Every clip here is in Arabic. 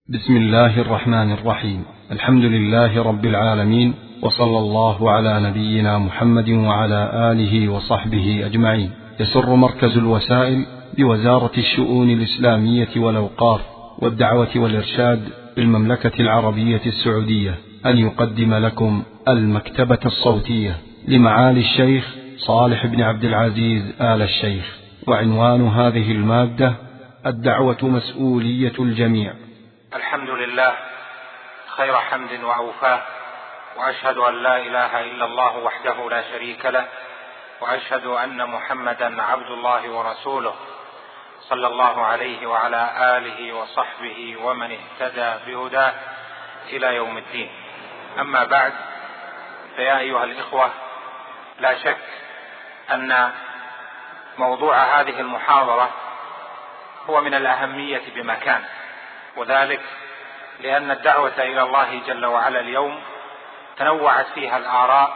بسم الله الرحمن الرحيم. الحمد لله رب العالمين، وصلى الله على نبينا محمد وعلى آله وصحبه أجمعين. يسر مركز الوسائل بوزارة الشؤون الإسلامية والأوقاف والدعوة والإرشاد بالمملكة العربية السعودية أن يقدم لكم المكتبة الصوتية لمعالي الشيخ صالح بن عبد العزيز آل الشيخ. وعنوان هذه المادة: الدعوة مسؤولية الجميع. الحمد لله خير حمد وأوفاه، وأشهد أن لا إله إلا الله وحده لا شريك له، وأشهد أن محمدا عبد الله ورسوله، صلى الله عليه وعلى آله وصحبه ومن اهتدى بهداه إلى يوم الدين. أما بعد، فيا أيها الإخوة، لا شك أن موضوع هذه المحاضرة هو من الأهمية بمكان، وذلك لأن الدعوة إلى الله جل وعلا اليوم تنوعت فيها الآراء،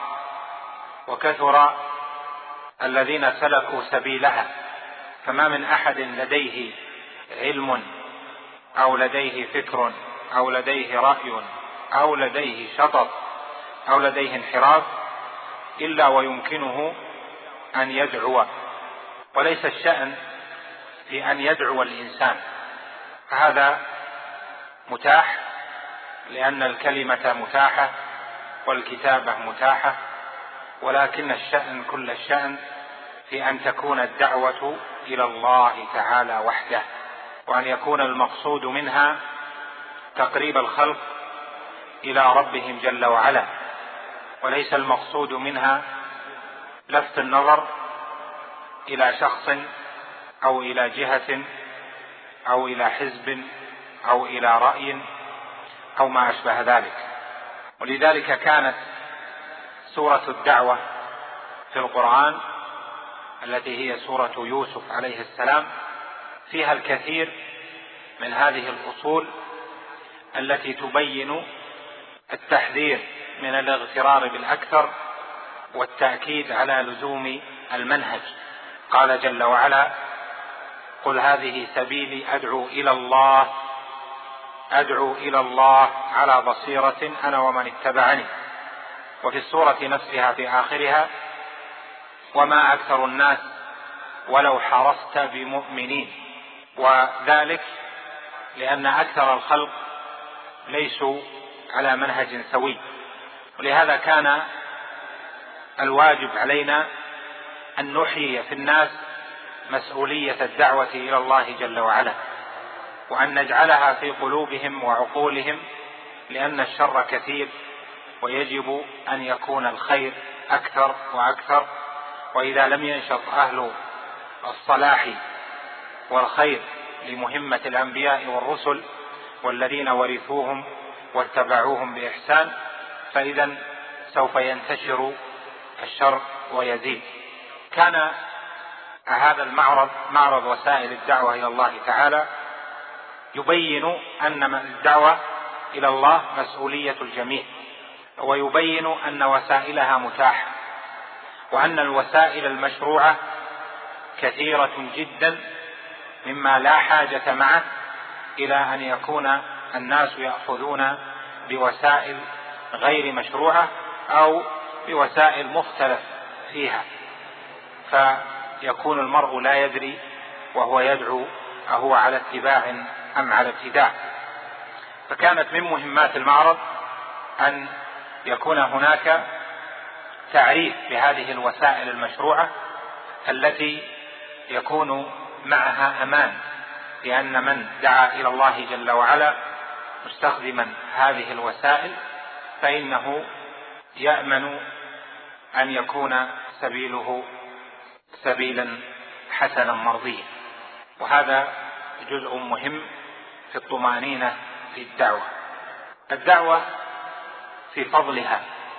وكثر الذين سلكوا سبيلها، فما من أحد لديه علم أو لديه فكر أو لديه رأي أو لديه شطط أو لديه انحراف إلا ويمكنه أن يدعو، وليس الشأن في أن يدعو الإنسان، هذا متاح لأن الكلمة متاحة والكتابة متاحة، ولكن الشأن كل الشأن في أن تكون الدعوة إلى الله تعالى وحده، وأن يكون المقصود منها تقريب الخلق إلى ربهم جل وعلا، وليس المقصود منها لفت النظر إلى شخص أو إلى جهة أو إلى حزب أو إلى رأي أو ما أشبه ذلك. ولذلك كانت سورة الدعوة في القرآن التي هي سورة يوسف عليه السلام فيها الكثير من هذه الأصول التي تبين التحذير من الاغترار بالأكثر والتأكيد على لزوم المنهج. قال جل وعلا: قل هذه سبيلي أدعو إلى الله على بصيرة أنا ومن اتبعني. وفي السورة نفسها في آخرها: وما أكثر الناس ولو حرصت بمؤمنين. وذلك لأن أكثر الخلق ليسوا على منهج سوي، ولهذا كان الواجب علينا أن نحيي في الناس مسؤولية الدعوة إلى الله جل وعلا، وأن نجعلها في قلوبهم وعقولهم، لأن الشر كثير ويجب أن يكون الخير أكثر وأكثر. وإذا لم ينشط أهل الصلاح والخير لمهمة الأنبياء والرسل والذين ورثوهم واتبعوهم بإحسان، فإذا سوف ينتشر الشر ويزيد. كان هذا المعرض، معرض وسائل الدعوة إلى الله تعالى، يبين أن الدعوة إلى الله مسؤولية الجميع، ويبين أن وسائلها متاحة، وأن الوسائل المشروعة كثيرة جدا مما لا حاجة معه إلى أن يكون الناس يأخذون بوسائل غير مشروعة أو بوسائل مختلف فيها، فيكون المرء لا يدري وهو يدعو أهو على اتباع أم على ابتداع. فكانت من مهمات المعرض أن يكون هناك تعريف بهذه الوسائل المشروعة التي يكون معها أمان، لأن من دعا إلى الله جل وعلا مستخدما هذه الوسائل فإنه يأمن أن يكون سبيله سبيلا حسنا مرضيا. وهذا جزء مهم في الطمأنينة في الدعوة. الدعوة في فضلها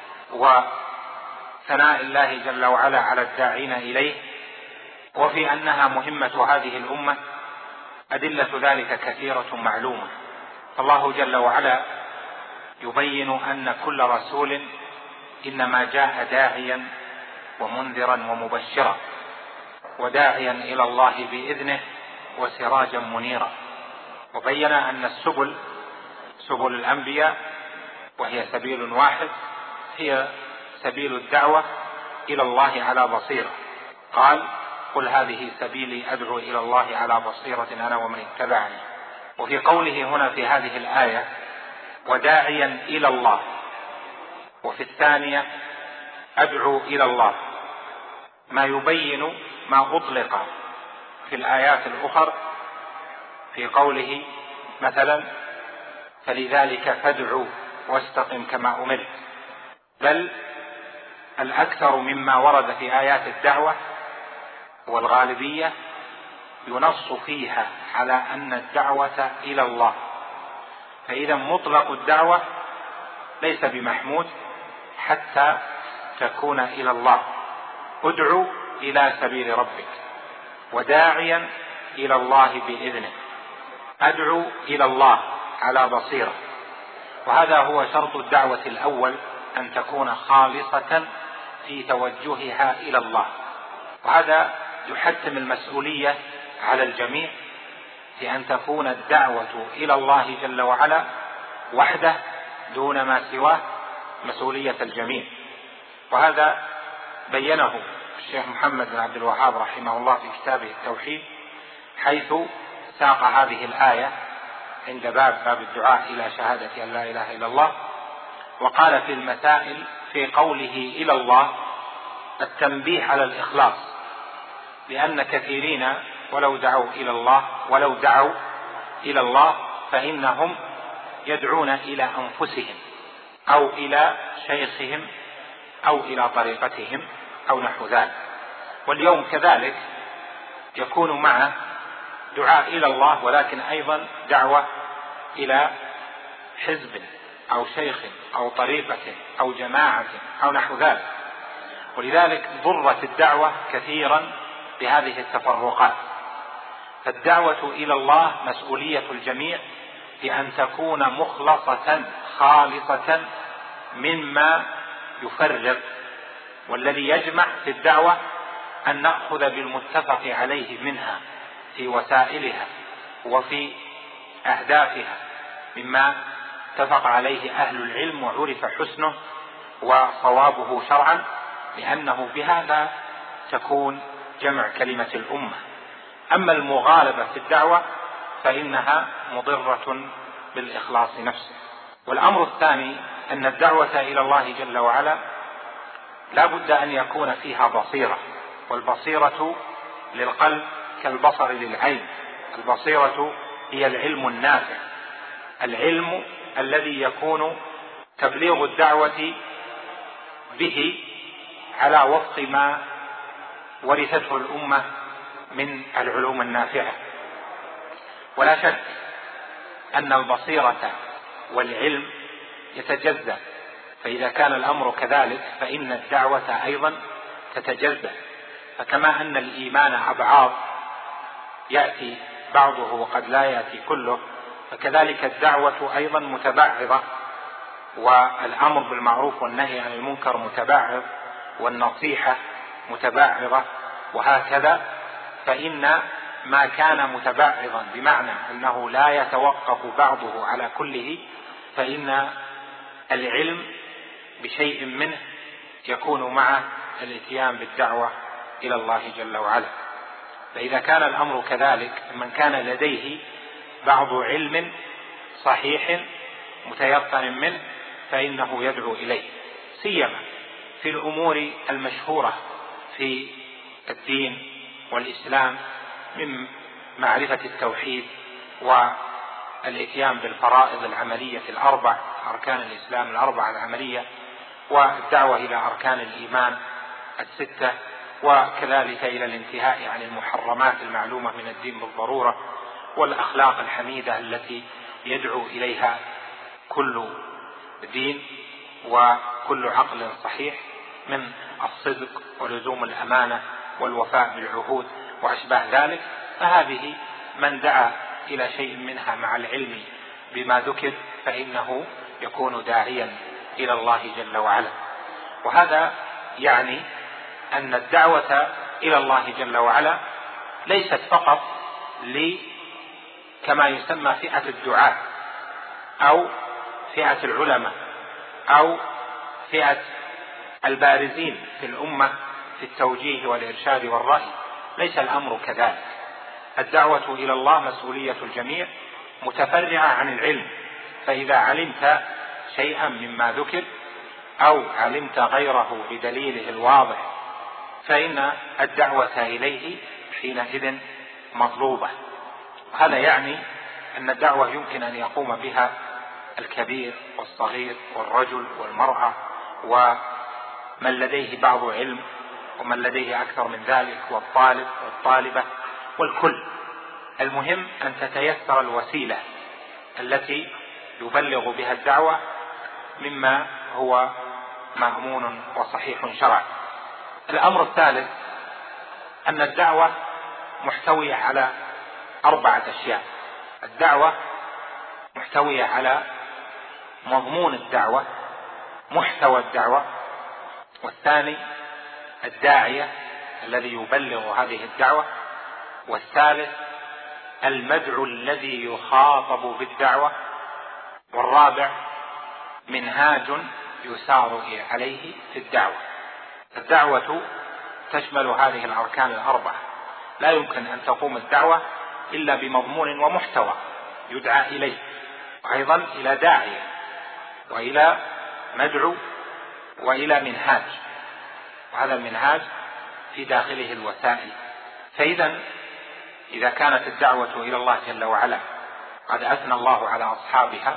وثناء الله جل وعلا على الداعين إليه، وفي أنها مهمة هذه الأمة، أدلة ذلك كثيرة معلومة. فالله جل وعلا يبين أن كل رسول إنما جاء داعيا ومنذرا ومبشرا، وداعيا إلى الله بإذنه وسراجا منيرا. وبين أن السبل سبل الأنبياء وهي سبيل واحد، هي سبيل الدعوة إلى الله على بصيرة. قال: قل هذه سبيلي أدعو إلى الله على بصيرة أنا ومن اتبعني. وفي قوله هنا في هذه الآية: وداعيا إلى الله، وفي الثانية: أدعو إلى الله، ما يبين ما أطلق في الآيات الأخرى في قوله مثلا: فلذلك فادعوا واستقم كما أمرت. بل الأكثر مما ورد في آيات الدعوة والغالبية ينص فيها على أن الدعوة إلى الله، فإذا مطلق الدعوة ليس بمحمود حتى تكون إلى الله. ادعو إلى سبيل ربك، وداعيا إلى الله بإذنه، أدعو إلى الله على بصيرة. وهذا هو شرط الدعوة الأول، أن تكون خالصة في توجهها إلى الله. وهذا يحتم المسؤولية على الجميع في أن تكون الدعوة إلى الله جل وعلا وحده دون ما سواه مسؤولية الجميع. وهذا بينه الشيخ محمد بن عبد الوهاب رحمه الله في كتابه التوحيد، حيث ساق هذه الآية عند باب الدعاء إلى شهادة أن لا إله إلا الله، وقال في المسائل في قوله إلى الله التنبيه على الإخلاص، لأن كثيرين ولو دعوا إلى الله فإنهم يدعون إلى أنفسهم أو إلى شيخهم أو إلى طريقتهم أو نحو ذلك. واليوم كذلك يكون معه دعاء إلى الله، ولكن أيضا دعوة إلى حزب أو شيخ أو طريقة أو جماعة أو نحو ذلك. ولذلك ضرت الدعوة كثيرا بهذه التفرقات. فالدعوة إلى الله مسؤولية الجميع بأن تكون مخلصة خالصة مما يفرق. والذي يجمع في الدعوة أن نأخذ بالمتفق عليه منها في وسائلها وفي أهدافها، مما اتفق عليه أهل العلم وعرف حسنه وصوابه شرعا، لأنه بهذا تكون جمع كلمة الأمة. أما المغالبة في الدعوة فإنها مضرة بالإخلاص نفسه. والأمر الثاني أن الدعوة إلى الله جل وعلا لا بد أن يكون فيها بصيرة، والبصيرة للقلب كالبصر للعين. البصيرة هي العلم النافع، العلم الذي يكون تبليغ الدعوة به على وفق ما ورثته الأمة من العلوم النافعة. ولا شك أن البصيرة والعلم يتجزأ، فإذا كان الأمر كذلك فإن الدعوة أيضا تتجزأ. فكما أن الإيمان أبعاض يأتي بعضه وقد لا يأتي كله، فكذلك الدعوة أيضا متبعضة، والأمر بالمعروف والنهي عن المنكر متبعض، والنصيحة متبعضة، وهكذا. فإن ما كان متبعضا بمعنى أنه لا يتوقف بعضه على كله، فإن العلم بشيء منه يكون مع الاتيان بالدعوة إلى الله جل وعلا. فإذا كان الأمر كذلك، من كان لديه بعض علم صحيح متيقن منه فإنه يدعو إليه، سيما في الأمور المشهورة في الدين والإسلام من معرفة التوحيد والاتيان بالفرائض العملية الأربع، أركان الإسلام الأربع العملية، والدعوة إلى أركان الإيمان الستة، وكذلك إلى الانتهاء عن المحرمات المعلومة من الدين بالضرورة، والأخلاق الحميدة التي يدعو إليها كل دين وكل عقل صحيح من الصدق ولزوم الأمانة والوفاء بالعهود وأشباه ذلك. فهذه من دعا إلى شيء منها مع العلم بما ذكر فإنه يكون داعيا إلى الله جل وعلا. وهذا يعني أن الدعوة إلى الله جل وعلا ليست فقط كما يسمى فئة الدعاء، أو فئة العلماء أو فئة البارزين في الأمة في التوجيه والإرشاد والرأي. ليس الأمر كذلك. الدعوة إلى الله مسؤولية الجميع متفرعة عن العلم، فإذا علمت شيئا مما ذكر أو علمت غيره بدليله الواضح فإن الدعوة إليه حينئذ مطلوبة. هذا يعني أن الدعوة يمكن أن يقوم بها الكبير والصغير والرجل والمرأة ومن لديه بعض علم ومن لديه أكثر من ذلك والطالب والطالبة والكل. المهم أن تتيسر الوسيلة التي يبلغ بها الدعوة مما هو مأمون وصحيح شرعا. الأمر الثالث أن الدعوة محتوية على 4 أشياء. الدعوة محتوية على مضمون الدعوة، محتوى الدعوة، والثاني الداعية الذي يبلغ هذه الدعوة، والثالث المدعو الذي يخاطب بالدعوة، والرابع منهاج يسار عليه في الدعوة. الدعوة تشمل هذه الأركان ال4. لا يمكن أن تقوم الدعوة إلا بمضمون ومحتوى يدعى إليه، وأيضا إلى داعية وإلى مدعو وإلى منهاج، وهذا المنهاج في داخله الوسائل. إذا كانت الدعوة إلى الله جل وعلا قد أثنى الله على أصحابها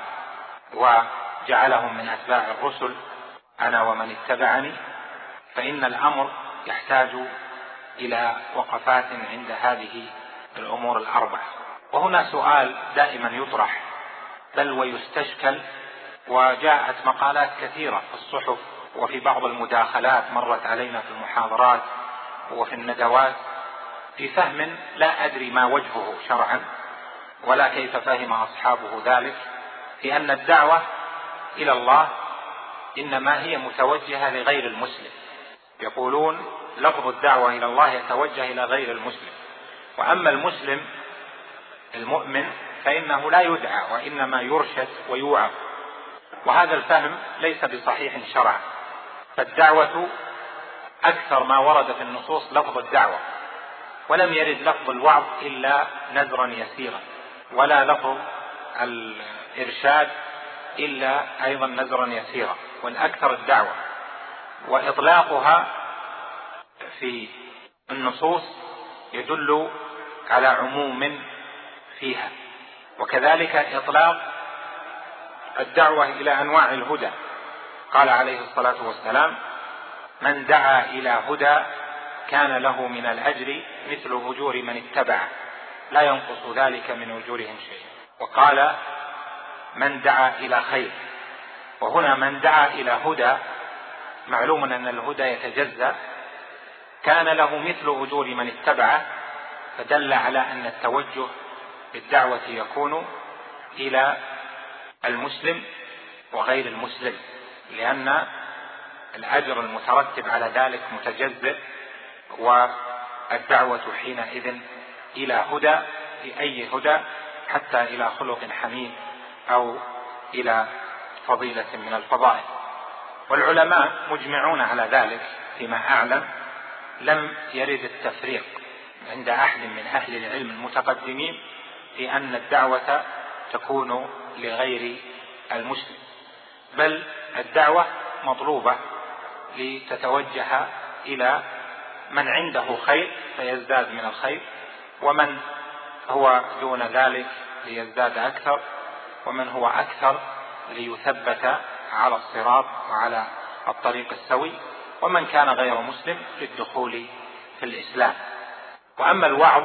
وجعلهم من أتباع الرسل أنا ومن اتبعني، فإن الأمر يحتاج إلى وقفات عند هذه الأمور ال4. وهنا سؤال دائما يطرح بل ويستشكل، وجاءت مقالات كثيرة في الصحف وفي بعض المداخلات مرت علينا في المحاضرات وفي الندوات في فهم لا أدري ما وجهه شرعا ولا كيف فهم أصحابه ذلك، في أن الدعوة إلى الله إنما هي متوجهة لغير المسلم. يقولون لفظ الدعوة إلى الله يتوجه إلى غير المسلم، وأما المسلم المؤمن فإنه لا يدعى وإنما يرشد ويوعظ، وهذا الفهم ليس بصحيح شرعا. فالدعوة أكثر ما ورد في النصوص لفظ الدعوة، ولم يرد لفظ الوعظ إلا نذرا يسيرا، ولا لفظ الإرشاد إلا أيضا نذرا يسيرا، والأكثر الدعوة. وإطلاقها في النصوص يدل على عموم فيها، وكذلك إطلاق الدعوة إلى أنواع الهدى. قال عليه الصلاة والسلام: من دعا إلى هدى كان له من الأجر مثل أجور من اتبعه لا ينقص ذلك من أجورهم شيء. وقال: من دعا إلى خير. وهنا من دعا إلى هدى، معلوم أن الهدى يتجزأ، كان له مثل أجور من اتبعه، فدل على أن التوجه بالدعوة يكون إلى المسلم وغير المسلم، لأن الأجر المترتب على ذلك متجزئ، والدعوة حينئذ إلى هدى، لأي هدى، حتى إلى خلق حميد أو إلى فضيلة من الفضائل. والعلماء مجمعون على ذلك فيما أعلم، لم يرد التفريق عند أحد من أهل العلم المتقدمين في أن الدعوة تكون لغير المسلم، بل الدعوة مطلوبة لتتوجه إلى من عنده خير فيزداد من الخير، ومن هو دون ذلك ليزداد أكثر، ومن هو أكثر ليثبت على الصراط وعلى الطريق السوي، ومن كان غير مسلم للدخول في الإسلام. وأما الوعظ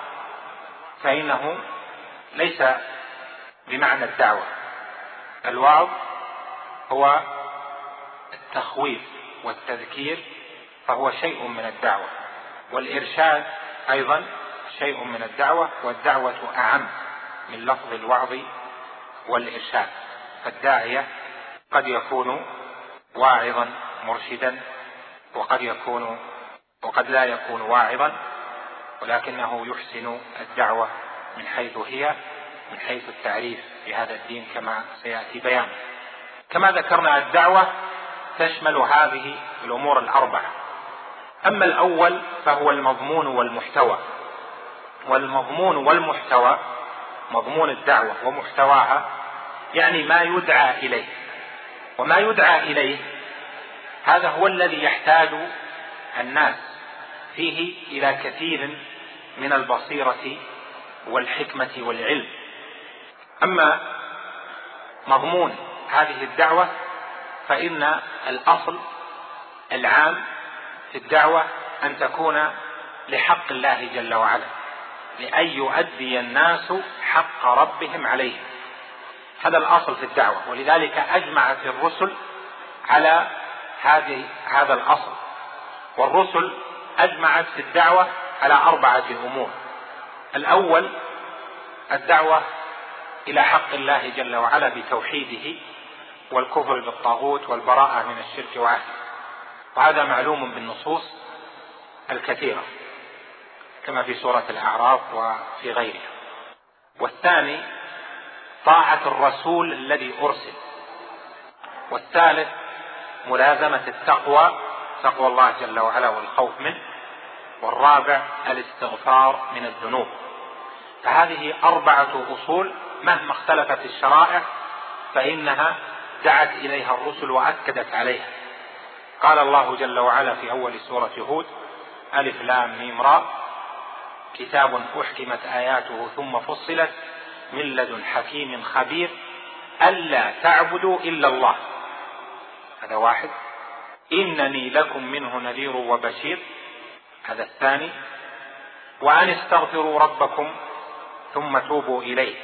فإنه ليس بمعنى الدعوة. الوعظ هو التخويف والتذكير، فهو شيء من الدعوة، والإرشاد أيضا شيء من الدعوة، والدعوة أعم من لفظ الوعظ والإرشاد. فالداعية قد يكون واعظا مرشدا، وقد لا يكون واعظا، ولكنه يحسن الدعوة من حيث هي، من حيث التعريف بهذا الدين كما سيأتي بيانه. كما ذكرنا الدعوة تشمل هذه الأمور الأربعة. أما الأول فهو المضمون والمحتوى. والمضمون والمحتوى، مضمون الدعوة ومحتواها يعني ما يدعى إليه، وما يدعى إليه هذا هو الذي يحتاج الناس فيه إلى كثير من البصيرة والحكمة والعلم. أما مضمون هذه الدعوة فإن الأصل العام في الدعوة أن تكون لحق الله جل وعلا، لأن يؤدي الناس حق ربهم عليهم. هذا الأصل في الدعوة، ولذلك أجمعت الرسل على هذا الأصل. والرسل أجمعت في الدعوة على 4 أمور. الأول الدعوة إلى حق الله جل وعلا بتوحيده والكفر بالطاغوت والبراءة من الشرك وأهله، وهذا معلوم بالنصوص الكثيرة كما في سورة الأعراف وفي غيرها. والثاني طاعة الرسول الذي أرسل. والثالث ملازمة التقوى، تقوى الله جل وعلا والخوف منه. والرابع الاستغفار من الذنوب. فهذه 4 أصول مهما اختلفت الشرائع فإنها دعت إليها الرسل وأكدت عليها. قال الله جل وعلا في أول سورة هود: ألف لام ميم راء، كتاب أحكمت آياته ثم فصلت من لدن حكيم خبير ألا تعبدوا إلا الله. هذا واحد. إنني لكم منه نذير وبشير. هذا الثاني. وأن استغفروا ربكم ثم توبوا إليه.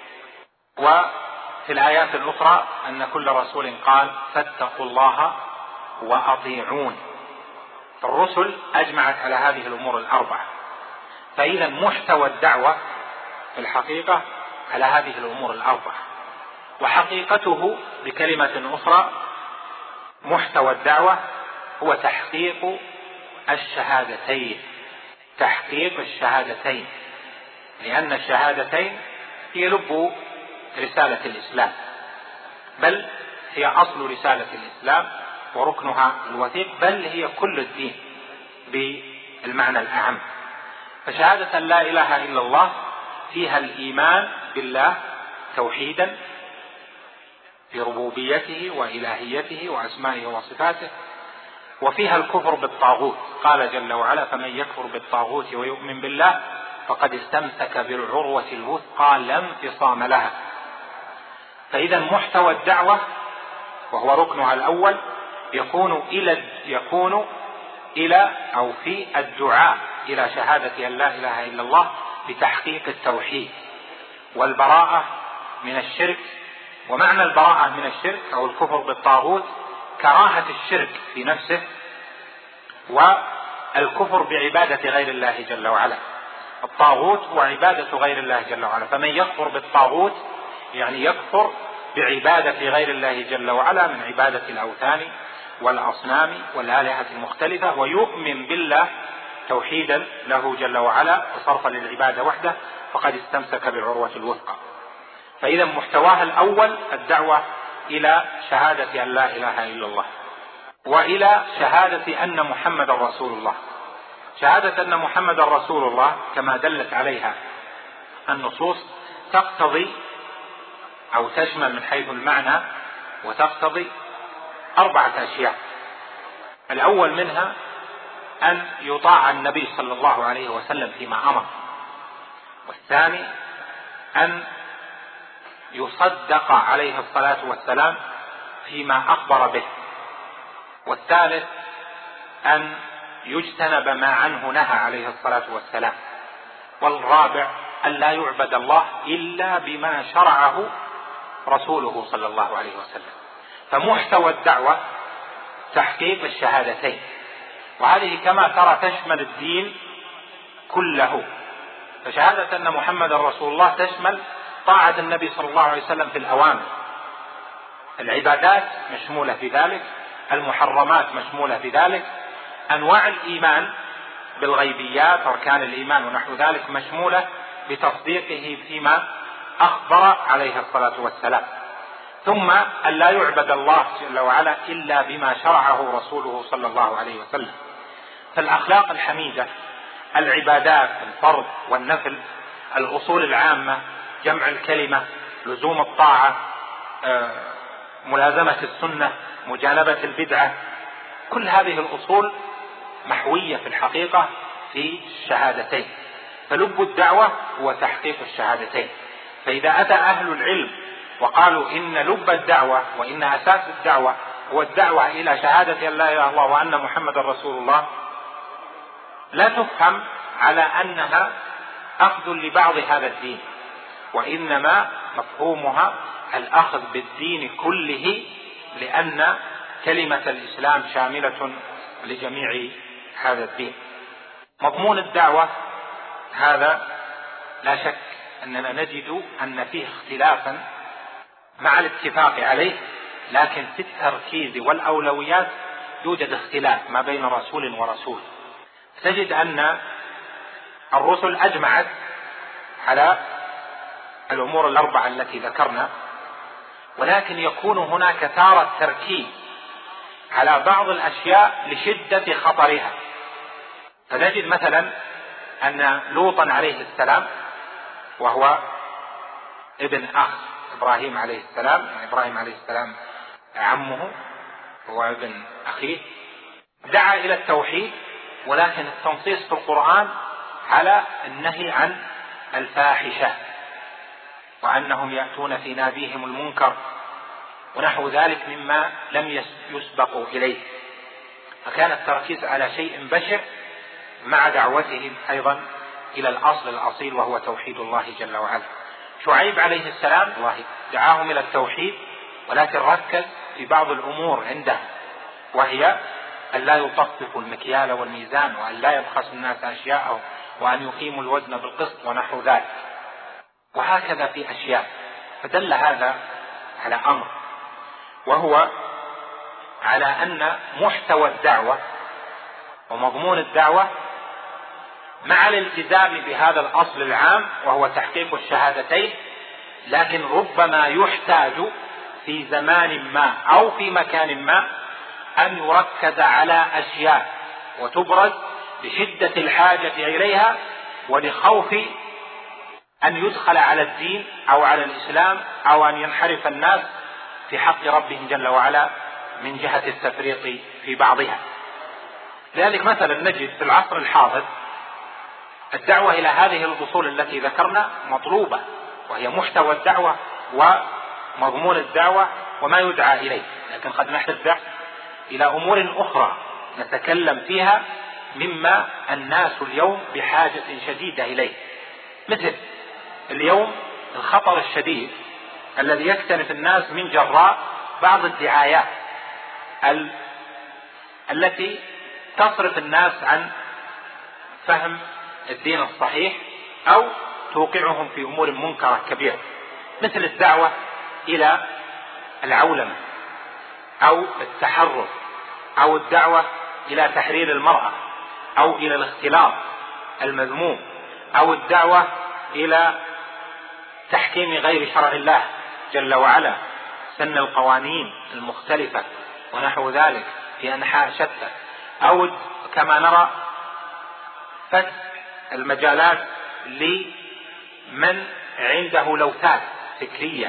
وفي الآيات الأخرى أن كل رسول قال: فاتقوا الله وأطيعون. فالرسل أجمعت على هذه الأمور 4. فإذا محتوى الدعوة في الحقيقة على هذه الأمور 4. وحقيقته بكلمة أخرى، محتوى الدعوة هو تحقيق الشهادتين. تحقيق الشهادتين، لأن الشهادتين هي لب رسالة الإسلام، بل هي أصل رسالة الإسلام وركنها الوثيق، بل هي كل الدين بالمعنى الأعم. فشهادة لا إله إلا الله فيها الإيمان بالله توحيدا بربوبيته وإلهيته وأسمائه وصفاته، وفيها الكفر بالطاغوت. قال جل وعلا: فمن يكفر بالطاغوت ويؤمن بالله فقد استمسك بالعروة الوثقى لا انفصام لها. فإذا محتوى الدعوة وهو ركنها الأول يكون إلى أو في الدعاء إلى شهادة أن لا إله إلا الله بتحقيق التوحيد والبراءة من الشرك. ومعنى البراءة من الشرك أو الكفر بالطاغوت كراهة الشرك في نفسه، والكفر بعبادة غير الله جل وعلا. الطاغوت هو عبادة غير الله جل وعلا، فمن يكفر بالطاغوت يعني يكفر بعبادة غير الله جل وعلا من عبادة الأوثان والأصنام والآلهة المختلفة، ويؤمن بالله توحيدا له جل وعلا وصرفا للعبادة وحده، فقد استمسك بالعروة الوثقى. فإذا محتواها الأول الدعوة إلى شهادة أن لا إله إلا الله، وإلى شهادة أن محمد رسول الله. شهادة أن محمد رسول الله كما دلت عليها النصوص تقتضي أو تشمل من حيث المعنى وتقتضي 4 أشياء. الأول منها أن يطاع النبي صلى الله عليه وسلم فيما أمر، والثاني أن يصدق عليه الصلاة والسلام فيما أخبر به، والثالث أن يجتنب ما عنه نهى عليه الصلاة والسلام، والرابع أن لا يعبد الله إلا بما شرعه رسوله صلى الله عليه وسلم. فمحتوى الدعوة تحقيق الشهادتين، وهذه كما ترى تشمل الدين كله. فشهادة أن محمد رسول الله تشمل طاعة النبي صلى الله عليه وسلم في الأوامر، العبادات مشمولة في ذلك، المحرمات مشمولة في ذلك، أنواع الإيمان بالغيبيات أركان الإيمان ونحو ذلك مشمولة بتصديقه فيما أخبر عليه الصلاة والسلام. ثم أن لا يعبد الله جل وعلا إلا بما شرعه رسوله صلى الله عليه وسلم. فالأخلاق الحميدة، العبادات، الفرض والنفل، الأصول العامة، جمع الكلمة، لزوم الطاعة، ملازمة السنة، مجانبة البدعة، كل هذه الأصول محوية في الحقيقة في الشهادتين. فلب الدعوة هو تحقيق الشهادتين. فإذا أتى أهل العلم وقالوا إن لب الدعوة وإن أساس الدعوة هو الدعوة إلى شهادة أن لا إله إلا الله وأن محمد رسول الله، لا تفهم على أنها أخذ لبعض هذا الدين، وإنما مفهومها الأخذ بالدين كله، لأن كلمة الإسلام شاملة لجميع هذا الدين. مضمون الدعوة هذا لا شك أننا نجد أن فيه اختلافا مع الاتفاق عليه، لكن في التركيز والأولويات يوجد اختلاف ما بين رسول ورسول. تجد أن الرسل أجمعت على الأمور الأربعة التي ذكرنا، ولكن يكون هناك تارة تركيز على بعض الأشياء لشدة خطرها. فنجد مثلا أن لوطا عليه السلام، وهو ابن أخ إبراهيم عليه السلام، إبراهيم عليه السلام عمه هو ابن أخيه، دعا إلى التوحيد، ولكن التنصيص في القرآن على النهي عن الفاحشة، وأنهم يأتون في ناديهم المنكر ونحو ذلك مما لم يسبقوا إليه. فكان التركيز على شيء بشع مع دعوتهم أيضا إلى الأصل الأصيل وهو توحيد الله جل وعلا. شعيب عليه السلام الله دعاهم إلى التوحيد، ولكن ركز في بعض الأمور عنده، وهي أن لا يطففوا المكيال والميزان، وأن لا يبخسوا الناس أشياءهم، وأن يقيموا الوزن بالقسط ونحو ذلك، وهكذا في أشياء. فدل هذا على أمر، وهو على أن محتوى الدعوة ومضمون الدعوة مع الالتزام بهذا الأصل العام وهو تحقيق الشهادتين، لكن ربما يحتاج في زمان ما أو في مكان ما أن يركز على أشياء وتبرز لشدة الحاجة إليها، ولخوف أن يدخل على الدين أو على الإسلام، أو أن ينحرف الناس في حق ربهم جل وعلا من جهة التفريط في بعضها. لذلك مثلا نجد في العصر الحاضر الدعوة إلى هذه الأصول التي ذكرنا مطلوبة، وهي محتوى الدعوة ومضمون الدعوة وما يدعى إليه، لكن قد نحتاج إلى أمور أخرى نتكلم فيها مما الناس اليوم بحاجة شديدة إليه، مثل اليوم الخطر الشديد الذي يكتنف الناس من جراء بعض الدعايات التي تصرف الناس عن فهم الدين الصحيح أو توقعهم في أمور منكرة كبيرة، مثل الدعوة إلى العولمة أو التحرر، أو الدعوة إلى تحرير المرأة، أو إلى الاختلاط المذموم، أو الدعوة إلى تحكيم غير شرع الله جل وعلا، سن القوانين المختلفة ونحو ذلك في أنحاء شتى، أو كما نرى فتح المجالات لمن عنده لوثات فكرية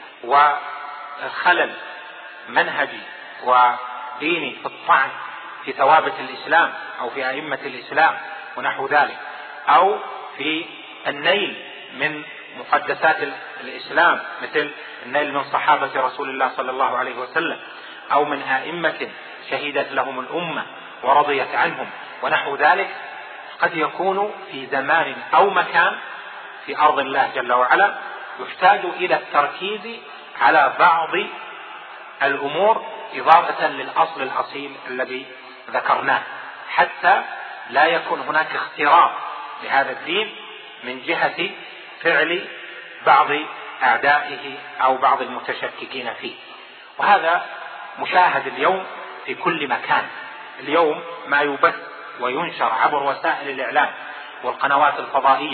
وخلل منهجي وديني في الطعن في ثوابت الإسلام أو في أئمة الإسلام ونحو ذلك، أو في النيل من مقدسات الإسلام مثل النيل من صحابة رسول الله صلى الله عليه وسلم، أو من أئمة شهدت لهم الأمة ورضيت عنهم ونحو ذلك. قد يكون في زمان أو مكان في أرض الله جل وعلا يحتاج إلى التركيز على بعض الأمور إضافة للأصل الأصيل الذي ذكرناه، حتى لا يكون هناك اختراق لهذا الدين من جهة فعل بعض أعدائه أو بعض المتشككين فيه. وهذا مشاهد اليوم في كل مكان. اليوم ما يبث وينشر عبر وسائل الإعلام والقنوات الفضائية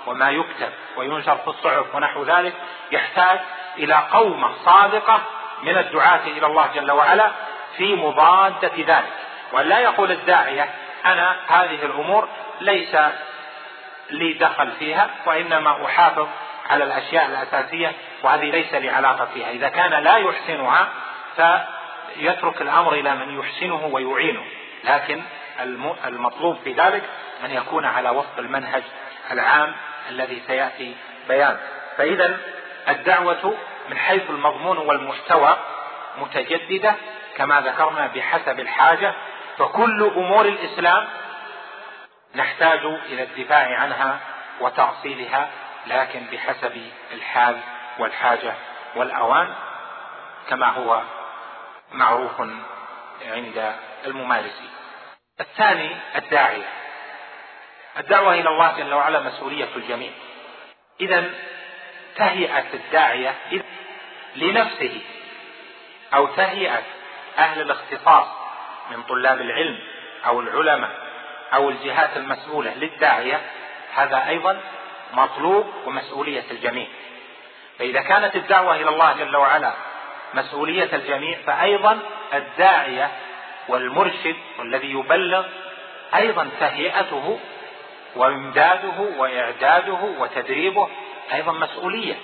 وما يكتب وينشر في الصحف ونحو ذلك يحتاج إلى قومة صادقة من الدعاة إلى الله جل وعلا في مضادة ذلك، وأن لا يقول الداعية أنا هذه الأمور ليس لي دخل فيها وإنما أحافظ على الأشياء الأساسية وهذه ليس لي علاقة فيها. إذا كان لا يحسنها فيترك الأمر إلى من يحسنه ويعينه، لكن المطلوب في ذلك أن يكون على وفق المنهج العام الذي سيأتي بيانه. فإذا الدعوة من حيث المضمون والمحتوى متجددة كما ذكرنا بحسب الحاجة، فكل أمور الإسلام نحتاج إلى الدفاع عنها وتأصيلها، لكن بحسب الحال والحاجة والأوان كما هو معروف عند الممارسين. الثاني الداعية. الدعوة إلى الله جل وعلا مسؤولية الجميع. إذن تهيئة الداعية لنفسه أو تهيئة أهل الاختصاص من طلاب العلم أو العلماء أو الجهات المسؤولة للداعية هذا أيضا مطلوب ومسؤولية الجميع. فإذا كانت الدعوة إلى الله جل وعلا مسؤولية الجميع فأيضا الداعية والمرشد والذي يبلغ أيضا تهيئته وإمداده وإعداده وتدريبه أيضا مسؤولية.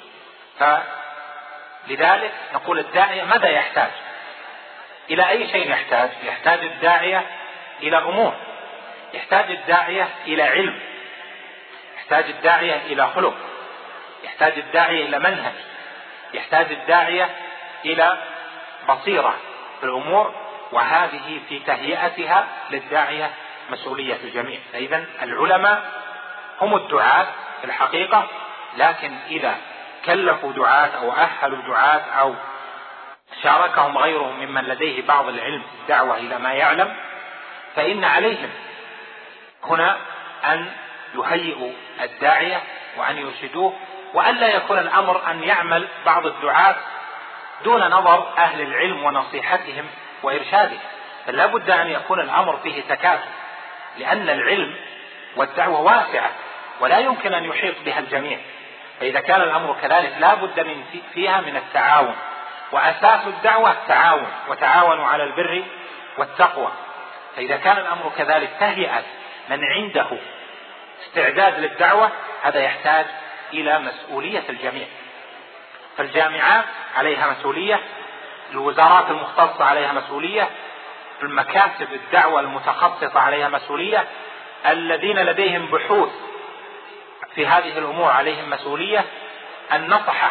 فلذلك نقول الداعية ماذا يحتاج؟ إلى أي شيء يحتاج؟ يحتاج الداعية إلى أمور، يحتاج الداعية إلى علم، يحتاج الداعية إلى خلق، يحتاج الداعية إلى منهج، يحتاج الداعية إلى بصيرة في الأمور، وهذه في تهيئتها للداعية مسؤولية الجميع. فإذا العلماء هم الدعاة في الحقيقة، لكن إذا كلفوا دعاة أو أهلوا دعاة أو شاركهم غيرهم ممن لديه بعض العلم في الدعوة إلى ما يعلم فإن عليهم هنا أن يهيئوا الداعية وأن يرشدوه، وأن لا يكون الأمر أن يعمل بعض الدعاة دون نظر أهل العلم ونصيحتهم وإرشادهم، فلا بد أن يكون الأمر فيه تكاتف، لأن العلم والدعوة واسعة ولا يمكن أن يحيط بها الجميع. فإذا كان الأمر كذلك لا بد فيها من التعاون، وأساس الدعوة التعاون، وتعاونوا على البر والتقوى. فإذا كان الأمر كذلك تهيئة من عنده استعداد للدعوة هذا يحتاج إلى مسؤولية الجميع. فالجامعات عليها مسؤولية، الوزارات المختصة عليها مسؤولية، المكاتب الدعوة المتخصصة عليها مسؤولية، الذين لديهم بحوث في هذه الأمور عليهم مسؤولية، النصحة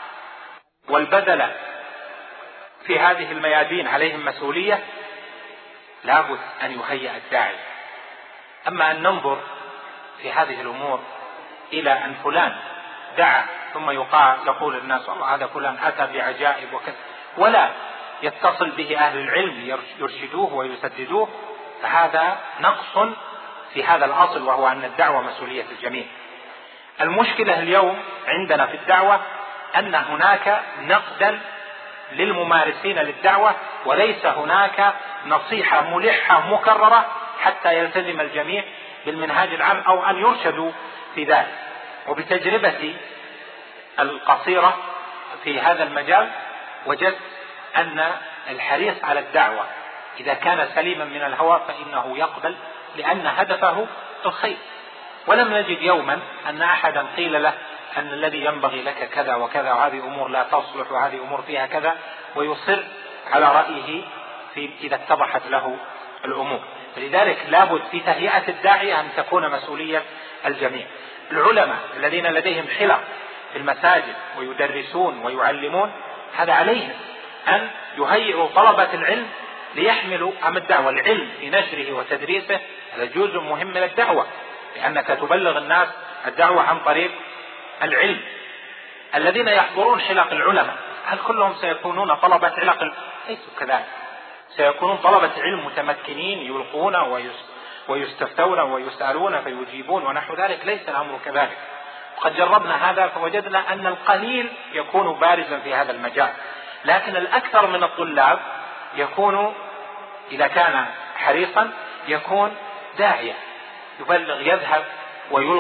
والبذلة في هذه الميادين عليهم مسؤولية. لابد أن يهيئ الداعي. أما أن ننظر في هذه الأمور إلى أن فلان دعا ثم يقول الناس والله هذا فلان أتى بعجائب وكذا، ولا يتصل به أهل العلم يرشدوه ويسددوه، فهذا نقص في هذا الأصل، وهو أن الدعوة مسؤولية الجميع. المشكلة اليوم عندنا في الدعوة أن هناك نقدا للممارسين للدعوة، وليس هناك نصيحة ملحة مكررة حتى يلتزم الجميع بالمنهاج العام أو أن يرشدوا في ذلك. وبتجربتي القصيرة في هذا المجال وجدت أن الحريص على الدعوة إذا كان سليما من الهوى فإنه يقبل، لأن هدفه الخير. ولم نجد يوما أن أحدا قيل له أن الذي ينبغي لك كذا وكذا وهذه أمور لا تصلح وهذه أمور فيها كذا، ويصر على رأيه إذا اتضحت له الأمور. فلذلك لابد في تهيئة الداعية أن تكون مسؤولية الجميع. العلماء الذين لديهم حلق في المساجد ويدرسون ويعلمون هذا عليهم أن يهيئوا طلبة العلم ليحملوا هم الدعوة. العلم في نشره وتدريسه هذا جزء مهم من الدعوة، لأنك تبلغ الناس الدعوة عن طريق العلم. الذين يحضرون حلق العلماء هل كلهم سيكونون طلبة علق؟ ليسوا كذلك، سيكونون طلبة علم متمكنين يلقون ويستفتون ويسألون فيجيبون ونحو ذلك. ليس الأمر كذلك. وقد جربنا هذا فوجدنا أن القليل يكون بارزا في هذا المجال، لكن الأكثر من الطلاب يكون إذا كان حريصا يكون داعية، يبلغ، يذهب ويلقي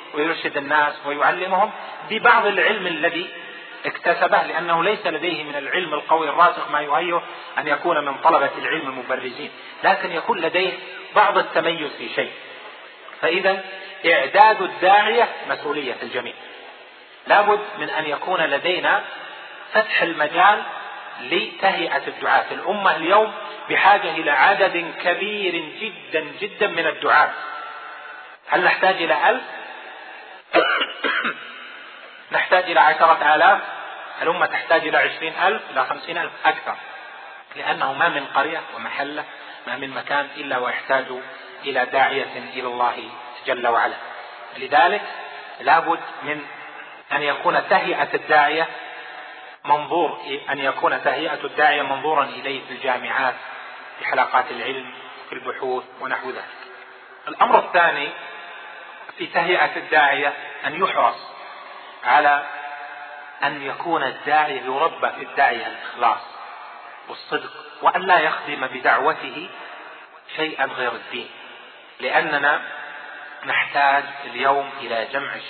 ويرشد الناس ويعلمهم ببعض العلم الذي اكتسبه، لأنه ليس لديه من العلم القوي الراسخ ما يهيئه أن يكون من طلبة العلم المبرزين، لكن يكون لديه بعض التميز في شيء. فإذا إعداد الداعية مسؤولية الجميع. لابد من أن يكون لدينا فتح المجال لتهيئة الدعاة. الأمة اليوم بحاجة إلى عدد كبير جدا جدا من الدعاة. هل نحتاج إلى 1000؟ نحتاج إلى 10,000؟ الأمة تحتاج إلى 20,000 إلى 50,000 أكثر، لأنه ما من قرية ومحلة، ما من مكان إلا ويحتاج إلى داعية إلى الله جل وعلا. لذلك لابد من أن يكون تهيئة الداعية منظورا إليه في الجامعات، في حلقات العلم، في البحوث ونحو ذلك. الأمر الثاني في تهيئة الداعية أن يحرص على أن يكون الداعية يربى في الداعية الإخلاص والصدق، وأن لا يخدم بدعوته شيئا غير الدين، لأننا نحتاج اليوم إلى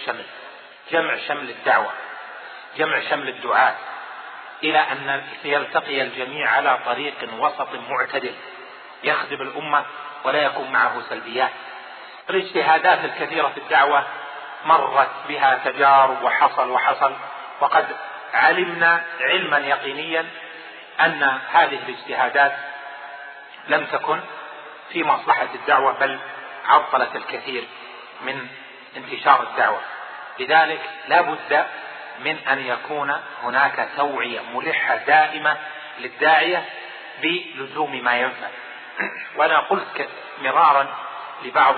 جمع شمل الدعوة، جمع شمل الدعاة، إلى أن يلتقي الجميع على طريق وسط معتدل يخدم الأمة ولا يكون معه سلبيات. الاجتهادات الكثيرة في الدعوة مرت بها تجارب وحصل، وقد علمنا علما يقينيا أن هذه الاجتهادات لم تكن في مصلحة الدعوة، بل عطلت الكثير من انتشار الدعوة. لذلك لا بد من أن يكون هناك توعية ملحة دائمة للداعية بلزوم ما ينفع. وأنا قلت مرارا لبعض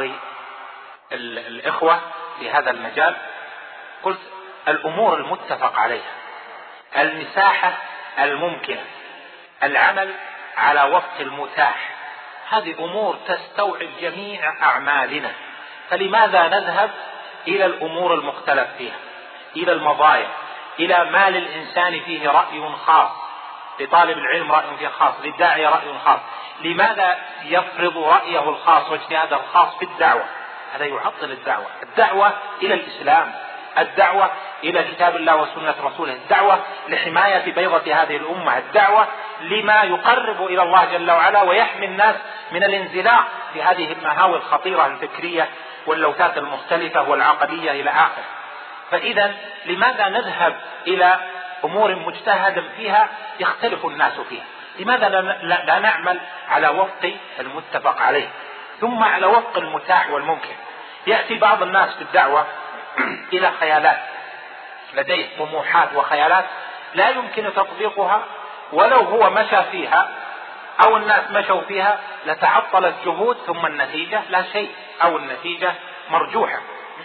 الإخوة في هذا المجال، قلت الأمور المتفق عليها، المساحة الممكنة، العمل على وفق المتاح، هذه أمور تستوعب جميع أعمالنا. فلماذا نذهب إلى الأمور المختلف فيها، إلى المضايق، إلى ما للإنسان فيه رأي خاص، لطالب العلم رأي فيه خاص، للداعي رأي خاص؟ لماذا يفرض رأيه الخاص واجتهاده الخاص في الدعوة؟ هذا يعطل الدعوة. الدعوة إلى الإسلام، الدعوة إلى كتاب الله وسنة رسوله، الدعوة لحماية بيضة هذه الأمة، الدعوة لما يقرب إلى الله جل وعلا ويحمي الناس من الانزلاق في هذه المهاوي الخطيرة الفكرية واللوثات المختلفة والعقدية إلى آخر. فإذا لماذا نذهب إلى أمور مجتهد فيها يختلف الناس فيها؟ لماذا لا نعمل على وفق المتفق عليه، ثم على وفق المتاح والممكن؟ يأتي بعض الناس في الدعوة إلى خيالات، لديه طموحات وخيالات لا يمكن تطبيقها، ولو هو مشى فيها أو الناس مشوا فيها لتعطلت جهود، ثم النتيجة لا شيء أو النتيجة مرجوحة.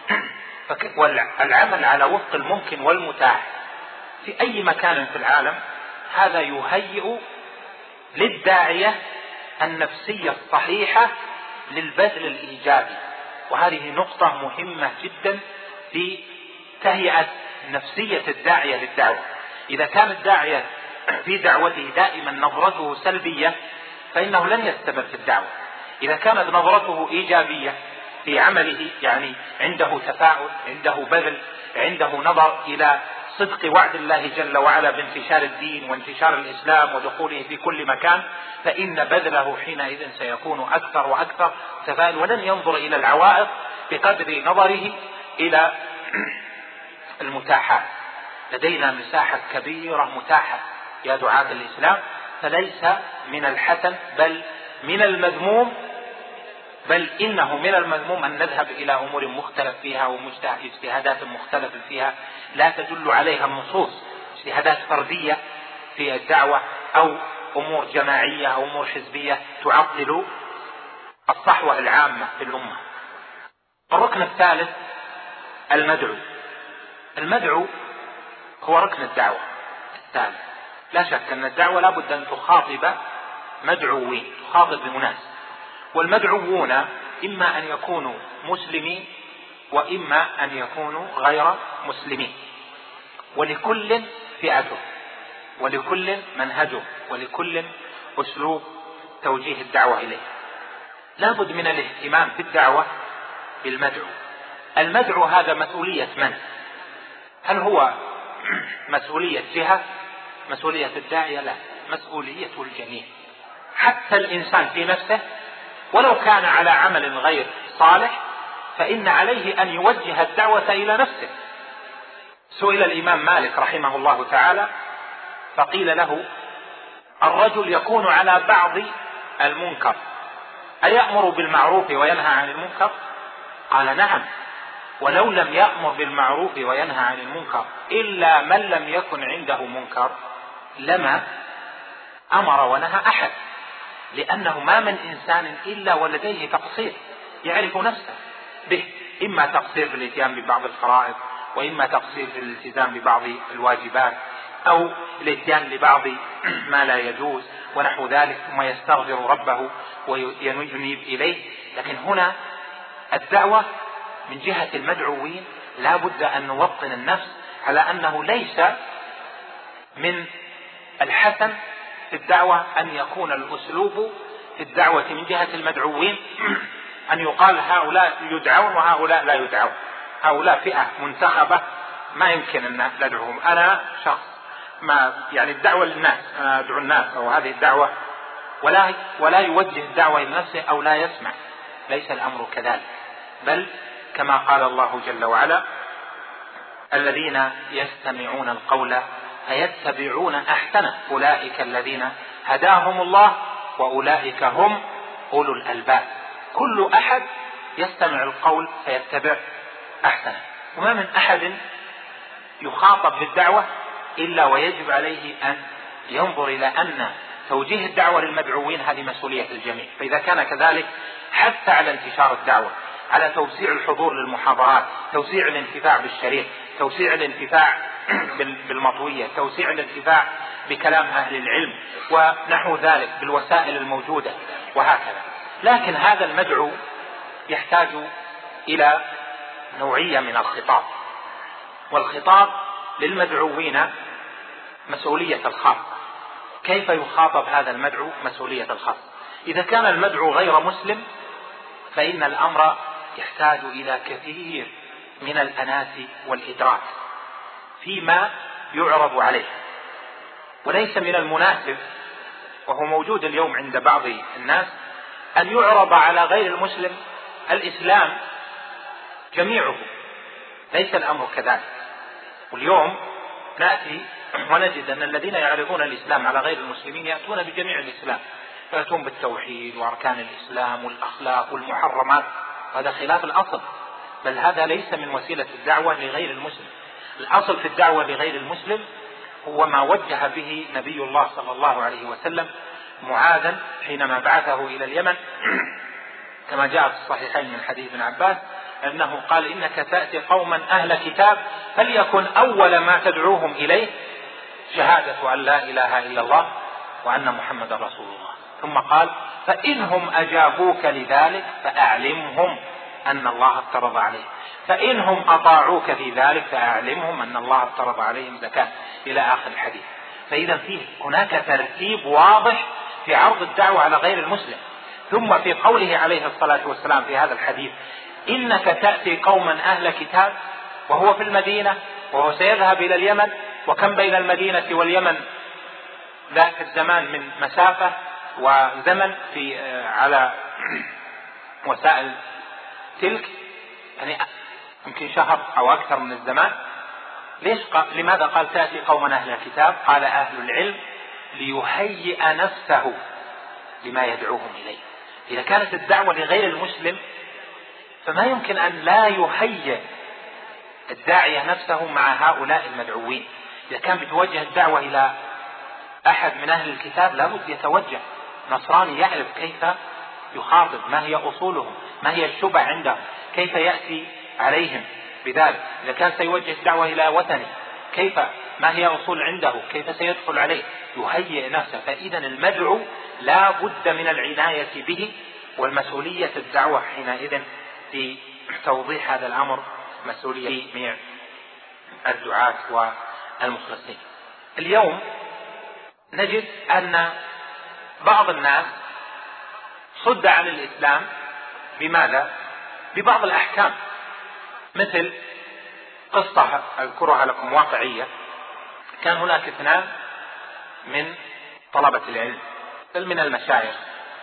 والعمل على وفق الممكن والمتاح في أي مكان في العالم هذا يهيئ للداعية النفسية الصحيحة للبذل الإيجابي. وهذه نقطة مهمة جدا في تهيئة نفسية الداعية للدعوة. إذا كان الداعية في دعوته دائما نظرته سلبية فإنه لن يستمر في الدعوة. إذا كانت نظرته إيجابية في عمله، يعني عنده تفاؤل، عنده بذل، عنده نظر إلى صدق وعد الله جل وعلا بانتشار الدين وانتشار الإسلام ودخوله في كل مكان، فإن بذله حينئذ سيكون أكثر وأكثر تفاؤل، ولن ينظر إلى العوائق بقدر نظره إلى المتاحات. لدينا مساحة كبيرة متاحة يا دعاة الإسلام، فليس من الحسن بل من المذموم، بل إنه من المذموم أن نذهب إلى أمور مختلف فيها واجتهادات مختلف فيها لا تدل عليها النصوص، اجتهادات فردية في الدعوة أو أمور جماعية أو أمور حزبية تعطل الصحوة العامة في الأمة. الركن الثالث المدعو هو ركن الدعوة الثالث. لا شك أن الدعوة لابد أن تخاطب مدعوين، تخاطب بناس، والمدعوون إما أن يكونوا مسلمين وإما أن يكونوا غير مسلمين، ولكل فئته ولكل منهجه ولكل أسلوب توجيه الدعوة إليه. لابد من الاهتمام في الدعوة بالمدعو، المدعو هذا مسؤولية من؟ هل هو مسؤولية جهة؟ مسؤولية الداعية؟ لا، مسؤولية الجميع. حتى الإنسان في نفسه ولو كان على عمل غير صالح فإن عليه أن يوجه الدعوة إلى نفسه. سئل الإمام مالك رحمه الله تعالى فقيل له: الرجل يكون على بعض المنكر أيأمر بالمعروف وينهى عن المنكر؟ قال: نعم، ولو لم يأمر بالمعروف وينهى عن المنكر إلا من لم يكن عنده منكر لما أمر ونهى أحد، لأنه ما من إنسان إلا ولديه تقصير يعرف نفسه به، إما تقصير في الاتيان ببعض الفرائض، وإما تقصير في الالتزام ببعض الواجبات، أو الاتيان لبعض ما لا يجوز ونحو ذلك، ثم يستغفر ربه وينيب إليه. لكن هنا الدعوة من جهة المدعوين لا بد أن نوطن النفس على أنه ليس من الحسن في الدعوة أن يكون الأسلوب في الدعوة من جهة المدعوين أن يقال هؤلاء يدعون وهؤلاء لا يدعون، هؤلاء فئة منتخبة ما يمكن أن ندعوهم، أنا شخص ما يعني الدعوة للناس، أنا أدعو الناس أو هذه الدعوة، ولا يوجه الدعوة إلى نفسه أو لا يسمع. ليس الأمر كذلك، بل كما قال الله جل وعلا: الذين يستمعون القول فيتبعون أحسنه أولئك الذين هداهم الله وأولئك هم أولو الألباب. كل أحد يستمع القول فيتبع أحسنه، وما من أحد يخاطب بالدعوة إلا ويجب عليه أن ينظر إلى أن توجيه الدعوة للمدعوين هذه مسؤولية الجميع. فإذا كان كذلك حتى على انتشار الدعوة، على توسيع الحضور للمحاضرات، توسيع الانتفاع بالشريط، توسيع الانتفاع بالمطوية، توسيع الانتفاع بكلام أهل العلم ونحو ذلك بالوسائل الموجودة وهكذا. لكن هذا المدعو يحتاج إلى نوعية من الخطاب، والخطاب للمدعوين مسؤولية الخاصة. كيف يخاطب هذا المدعو؟ مسؤولية الخاصة. إذا كان المدعو غير مسلم فإن الأمر يحتاج إلى كثير من الأناة والإدراك فيما يعرض عليه، وليس من المناسب، وهو موجود اليوم عند بعض الناس، أن يعرض على غير المسلم الإسلام جميعه. ليس الأمر كذلك. واليوم نأتي ونجد أن الذين يعرضون الإسلام على غير المسلمين يأتون بجميع الإسلام، يأتون بالتوحيد وأركان الإسلام والأخلاق والمحرمات، هذا خلاف الأصل، بل هذا ليس من وسيلة الدعوة لغير المسلم. الأصل في الدعوة لغير المسلم هو ما وجه به نبي الله صلى الله عليه وسلم معاذا حينما بعثه إلى اليمن، كما جاء في الصحيحين من حديث ابن عباس أنه قال: إنك تأتي قوما أهل كتاب فليكن أول ما تدعوهم إليه شهادة أن لا إله إلا الله وأن محمد رسول الله. ثم قال: فإنهم أجابوك لذلك فأعلمهم أن الله افترض عليهم، فإنهم أطاعوك في ذلك فأعلمهم أن الله افترض عليهم زكاة، إلى آخر الحديث. فإذا فيه هناك ترتيب واضح في عرض الدعوة على غير المسلم. ثم في قوله عليه الصلاة والسلام في هذا الحديث: إنك تأتي قوما أهل كتاب، وهو في المدينة وهو سيذهب إلى اليمن، وكم بين المدينة واليمن ذاك الزمان من مسافة وزمن في على وسائل تلك، يعني يمكن شهر أو أكثر من الزمان. لماذا قال تأتي قوما أهل الكتاب؟ قال أهل العلم ليهيئ نفسه لما يدعوهم إليه. إذا كانت الدعوة لغير المسلم فما يمكن أن لا يهيئ الداعية نفسه مع هؤلاء المدعوين. إذا كان بتوجه الدعوة إلى أحد من أهل الكتاب لابد يتوجه نصراني يعرف كيف يخاطب، ما هي أصولهم، ما هي الشبع عندهم، كيف يأتي عليهم بذلك. إذا كان سيوجه الدعوة إلى وثني كيف، ما هي أصول عنده، كيف سيدخل عليه، يهيئ نفسه. فإذا المدعو لا بد من العناية به، والمسؤولية الدعوة حينئذ في توضيح هذا الأمر مسؤولية جميع الدعاة والمخلصين. اليوم نجد أن بعض الناس صد عن الإسلام بماذا؟ ببعض الأحكام. مثل قصة أذكرها لكم واقعية. كان هناك 2 من طلبة العلم من المشايخ،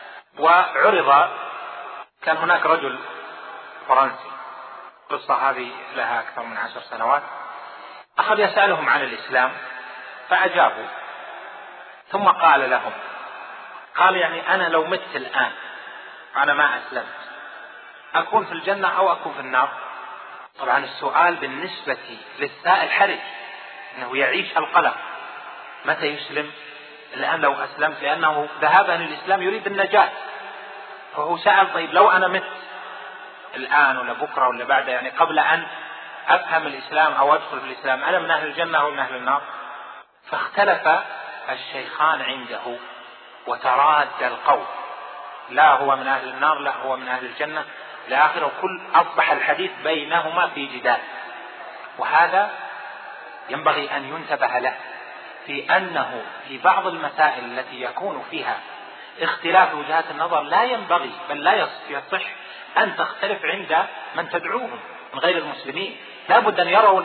وعرض، كان هناك رجل فرنسي، القصة هذه لها أكثر من 10 سنوات، أخذ يسألهم عن الإسلام فأجابوا، ثم قال لهم، قال يعني أنا لو مت الآن أنا ما أسلمت أكون في الجنة أو أكون في النار؟ طبعا السؤال بالنسبة للسائل حرج، أنه يعيش القلق متى يسلم الآن لو أسلمت، لأنه ذهابا للإسلام يريد النجاة، فهو سأل طيب لو أنا مت الآن ولا بكرة ولا بعد، يعني قبل أن أفهم الإسلام أو أدخل في الإسلام، أنا من أهل الجنة أو من أهل النار؟ فاختلف الشيخان عنده وتراد القول، لا هو من أهل النار لا هو من أهل الجنة لآخره، كل أصبح الحديث بينهما في جدال. وهذا ينبغي أن ينتبه له، في أنه في بعض المسائل التي يكون فيها اختلاف وجهات النظر لا ينبغي بل لا يصح أن تختلف عند من تدعوهم من غير المسلمين. لا بد أن يروا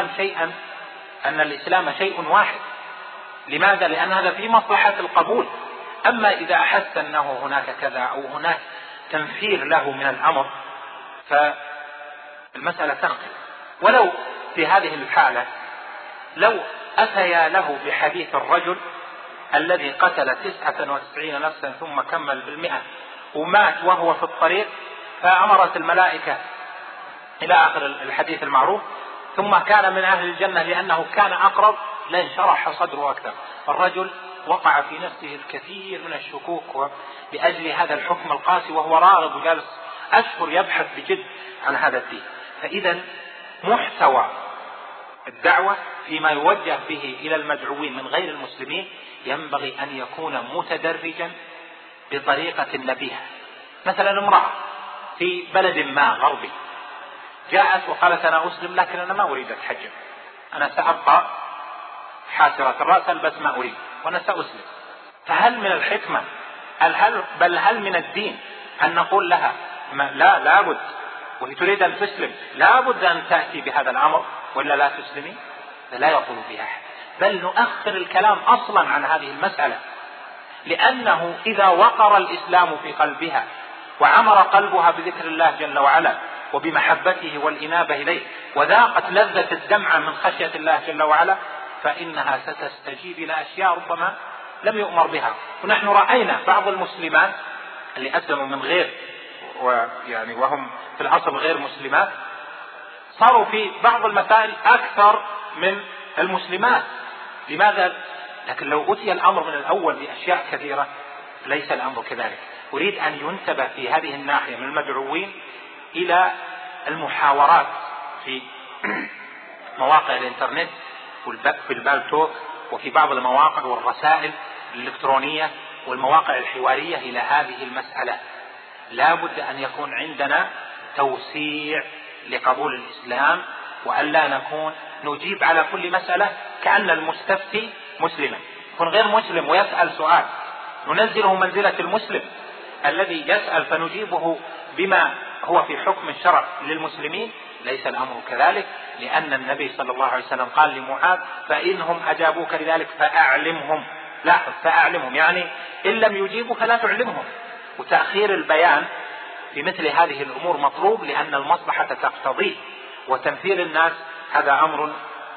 أن الإسلام شيء واحد. لماذا؟ لأن هذا في مصلحة القبول. أما إذا أحس أنه هناك كذا أو هناك تنفير له من الأمر فالمسألة تختلف. ولو في هذه الحالة لو أتيا له بحديث الرجل الذي قتل 99 نفسا ثم كمل بال100 ومات وهو في الطريق، فأمرت الملائكة إلى آخر الحديث المعروف، ثم كان من أهل الجنة لأنه كان أقرب، لانشرح صدره أكثر. الرجل وقع في نفسه الكثير من الشكوك بأجل هذا الحكم القاسي، وهو راغب وجالس أشهر يبحث بجد عن هذا الدين. فإذا محتوى الدعوة فيما يوجه به إلى المدعوين من غير المسلمين ينبغي أن يكون متدرجا بطريقة نبيهة. مثلا امرأة في بلد ما غربي جاءت وقالت أنا أسلم لكن أنا ما أريد أتحجب، أنا سأبقى حاسرة الرأس بس ما أريد وأنا سأسلم. فهل من الحكمة بل هل من الدين أن نقول لها لا لابد وهي تريد أن تسلم لابد أن تأتي بهذا الأمر ولا لا تسلمي؟ لا يقول بها أحد، بل نؤخر الكلام أصلا عن هذه المسألة، لأنه إذا وقر الإسلام في قلبها وعمر قلبها بذكر الله جل وعلا وبمحبته والإنابة إليه وذاقت لذة الدمعة من خشية الله جل وعلا، فإنها ستستجيب إلى أشياء ربما لم يؤمر بها. ونحن رأينا بعض المسلمات اللي أسلموا من غير وهم في الأصل غير مسلمات صاروا في بعض المسائل أكثر من المسلمات. لماذا؟ لكن لو أتي الأمر من الأول بأشياء كثيرة ليس الأمر كذلك. أريد أن ينتبه في هذه الناحية من المدعوين إلى المحاورات في مواقع الإنترنت في البالتوك وفي بعض المواقع والرسائل الإلكترونية والمواقع الحوارية إلى هذه المسألة. لا بد أن يكون عندنا توسيع لقبول الإسلام، وألا نكون نجيب على كل مسألة كأن المستفتي مسلما. يكون غير مسلم ويسأل سؤال ننزله منزلة المسلم الذي يسأل فنجيبه بما هو في حكم الشرع للمسلمين. ليس الأمر كذلك، لأن النبي صلى الله عليه وسلم قال لمعاذ فإنهم أجابوك لذلك فأعلمهم. لا فأعلمهم يعني إن لم يجيبوا فلا تعلمهم. وتأخير البيان في مثل هذه الأمور مطلوب لأن المصلحة تقتضيه، وتنفير الناس هذا أمر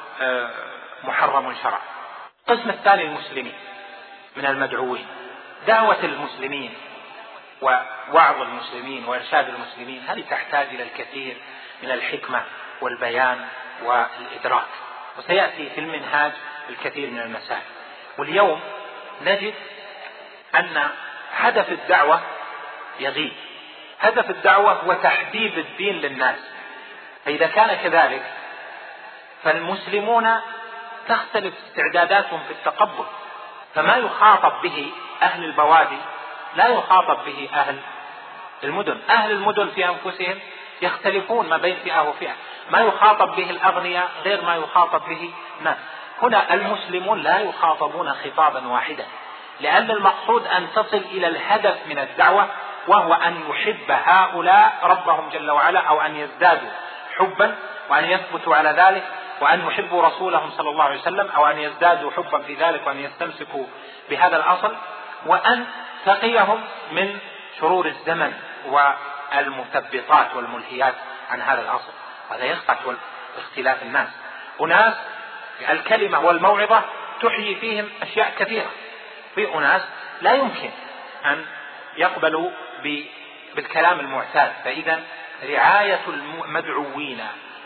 محرم شرعا. القسم الثاني المسلمين من المدعوين، دعوة المسلمين ووعظ المسلمين وإرشاد المسلمين هذه تحتاج إلى الكثير من الحكمة والبيان والإدراك، وسيأتي في المنهاج الكثير من المسائل. واليوم نجد أن هدف الدعوة يغيب. هدف الدعوة هو تحبيب الدين للناس، فإذا كان كذلك فالمسلمون تختلف استعداداتهم في التقبل، فما يخاطب به أهل البوادي لا يخاطب به أهل المدن. أهل المدن في أنفسهم يختلفون ما بين فئة وفئة، ما يخاطب به الأغنياء غير ما يخاطب به الناس. هنا المسلمون لا يخاطبون خطابا واحدا، لأن المقصود أن تصل إلى الهدف من الدعوة، وهو أن يحب هؤلاء ربهم جل وعلا، أو أن يزدادوا حبا وأن يثبتوا على ذلك وأن يحبوا رسولهم صلى الله عليه وسلم، أو أن يزدادوا حبا في ذلك وأن يستمسكوا بهذا الأصل، وأن تقيهم من شرور الزمن والمثبطات والملهيات عن هذا الأصل. هذا يخطئ اختلاف الناس. أناس الكلمة والموعظة تحيي فيهم أشياء كثيرة، في أناس لا يمكن أن يقبلوا بالكلام المعتاد. فإذا رعاية المدعوين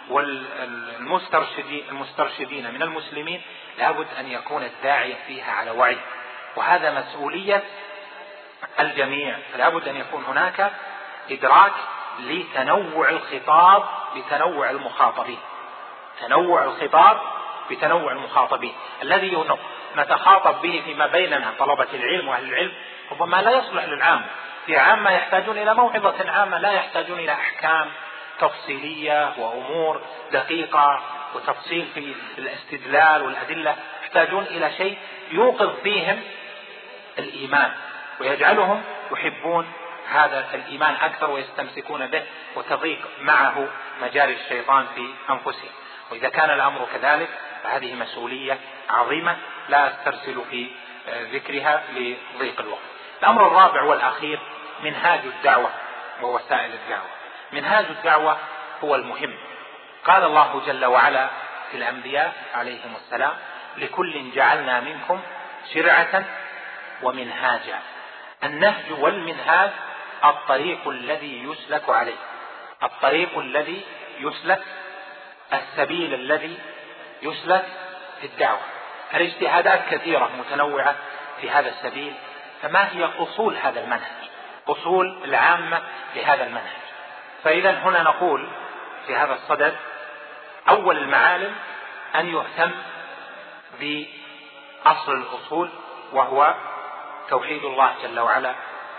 والمسترشدين من المسلمين لابد أن يكون الداعية فيها على وعي، وهذا مسؤولية الجميع. فلابد أن يكون هناك إدراك لتنوع الخطاب بتنوع المخاطبين، تنوع الخطاب بتنوع المخاطبين. الذي نتخاطب به فيما بيننا طلبة العلم وأهل العلم ربما لا يصلح للعامة. في عامة يحتاجون إلى موعظة عامة، لا يحتاجون إلى أحكام تفصيلية وأمور دقيقة وتفصيل في الاستدلال والأدلة، يحتاجون إلى شيء يوقظ فيهم الإيمان ويجعلهم يحبون هذا الإيمان أكثر ويستمسكون به، وتضيق معه مجاري الشيطان في أنفسهم. وإذا كان الأمر كذلك فهذه مسؤولية عظيمة لا أسترسل في ذكرها لضيق الوقت. الأمر الرابع والأخير منهاج الدعوة ووسائل الدعوة. منهاج الدعوة هو المهم. قال الله جل وعلا في الأنبياء عليهم السلام: لكل جعلنا منكم شرعة ومنهاجا. النهج والمنهاج الطريق الذي يسلك عليه، الطريق الذي يسلك، السبيل الذي يسلك في الدعوة. الاجتهادات كثيرة متنوعة في هذا السبيل، فما هي أصول هذا المنهج، أصول العامة لهذا المنهج؟ فإذا هنا نقول في هذا الصدد أول المعالم أن يهتم بأصل الأصول، وهو توحيد الله جل وعلا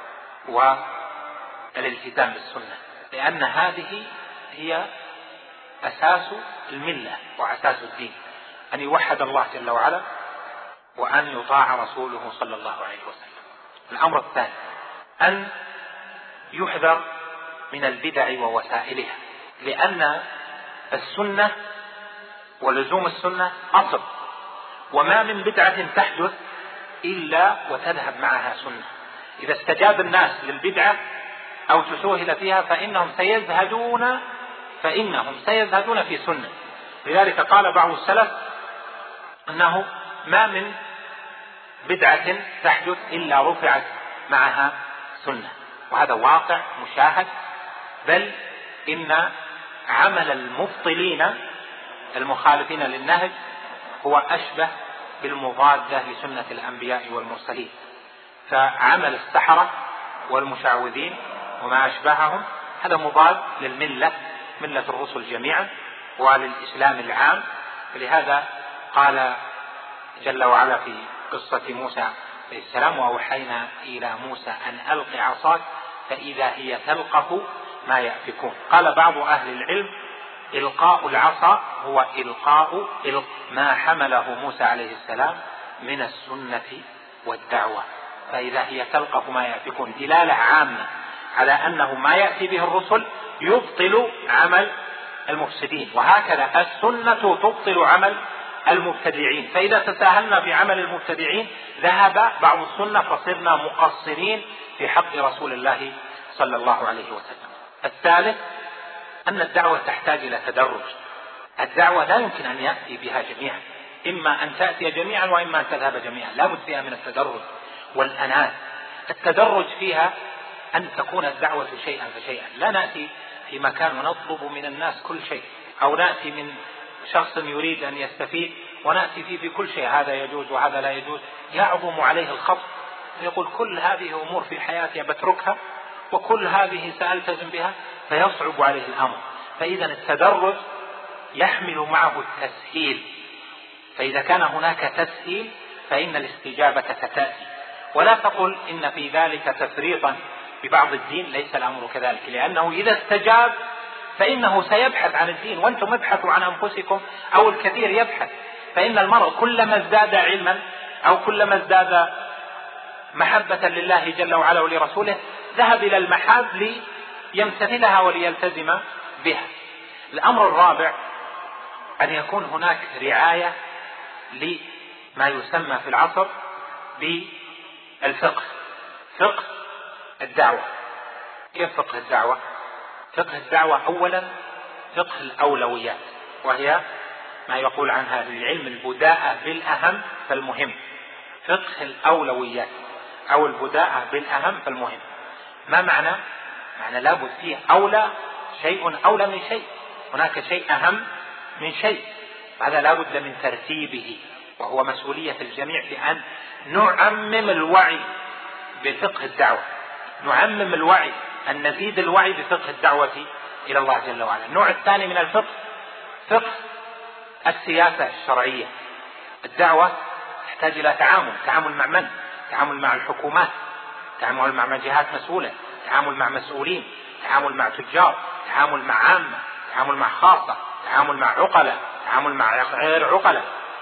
والالتزام بالسنة، لأن هذه هي أساس الملة وأساس الدين، أن يوحد الله جل وعلا وأن يطاع رسوله صلى الله عليه وسلم. الأمر الثاني أن يحذر من البدع ووسائلها، لأن السنة ولزوم السنة أصل، وما من بدعة تحدث إلا وتذهب معها سنة. إذا استجاب الناس للبدعة أو تسوهل فيها فإنهم سيزهدون في سنة. لذلك قال بعض السلف أنه ما من بدعة تحدث إلا رفعت معها سنة، وهذا واقع مشاهد. بل إن عمل المبطلين المخالفين للنهج هو أشبه بالمضادة لسنة الأنبياء والمرسلين. فعمل السحرة والمشعوذين وما أشبههم هذا مضاد للملة، ملة الرسل جميعا، وللإسلام العام. فلهذا قال جل وعلا في قصة موسى عليه السلام: وأوحينا إلى موسى أن ألق عصاك فإذا هي تلقف ما يأفكون. قال بعض أهل العلم: إلقاء العصا هو إلقاء ما حمله موسى عليه السلام من السنة والدعوة، فإذا هي تلقف ما يأفكون، دلالة عامة على أنه ما يأتي به الرسل يبطل عمل المفسدين، وهكذا السنة تبطل عمل المبتدعين. فإذا تساهلنا في عمل المبتدعين ذهب بعض السنة فصرنا مقصرين في حق رسول الله صلى الله عليه وسلم. الثالث أن الدعوة تحتاج إلى تدرج. الدعوة لا يمكن أن يأتي بها جميعا، إما أن تأتي جميعا وإما أن تذهب جميعا، لا بد فيها من التدرج والأناة. التدرج فيها أن تكون الدعوة شيئا فشيئا، لا نأتي في مكان ونطلب من الناس كل شيء، أو نأتي من شخص يريد أن يستفيد ونأتي فيه بكل شيء، هذا يجوز وهذا لا يجوز، يعظم عليه الخط ويقول كل هذه أمور في حياتي بتركها وكل هذه سألتزم بها، فيصعب عليه الأمر. فإذا التدرج يحمل معه التسهيل، فإذا كان هناك تسهيل فإن الاستجابة ستأتي. ولا تقل إن في ذلك تفريطا ببعض الدين، ليس الأمر كذلك، لأنه إذا استجاب فإنه سيبحث عن الدين، وأنتم ابحثوا عن أنفسكم، أو الكثير يبحث. فإن المرء كلما ازداد علما أو كلما ازداد محبة لله جل وعلا ولرسوله ذهب إلى المحاب ليمتثلها وليلتزم بها. الأمر الرابع أن يكون هناك رعاية لما يسمى في العصر بالفقه، فقه الدعوة. كيف فقه الدعوة؟ فقه الدعوة أولا فقه الأولويات، وهي ما يقول عنها أهل العلم البداءة بالأهم فالمهم. فقه الأولويات أو البداءة بالأهم فالمهم. ما معنى لابد فيه أولى، شيء أولى من شيء، هناك شيء أهم من شيء، هذا لابد من ترتيبه، وهو مسؤولية الجميع بأن نعمم الوعي بفقه الدعوة، نعمم الوعي، أن نزيد الوعي بفقه الدعوة إلى الله جل وعلا. النوع الثاني من الفقه فقه السياسة الشرعية. الدعوة تحتاج إلى تعامل مع من؟ تعامل مع الحكومات، تعامل مع جهات مسؤولة، تعامل مع مسؤولين، تعامل مع تجار، تعامل مع عامة، تعامل مع خاصة، تعامل مع عقلاء، تعامل مع غير عقلاء.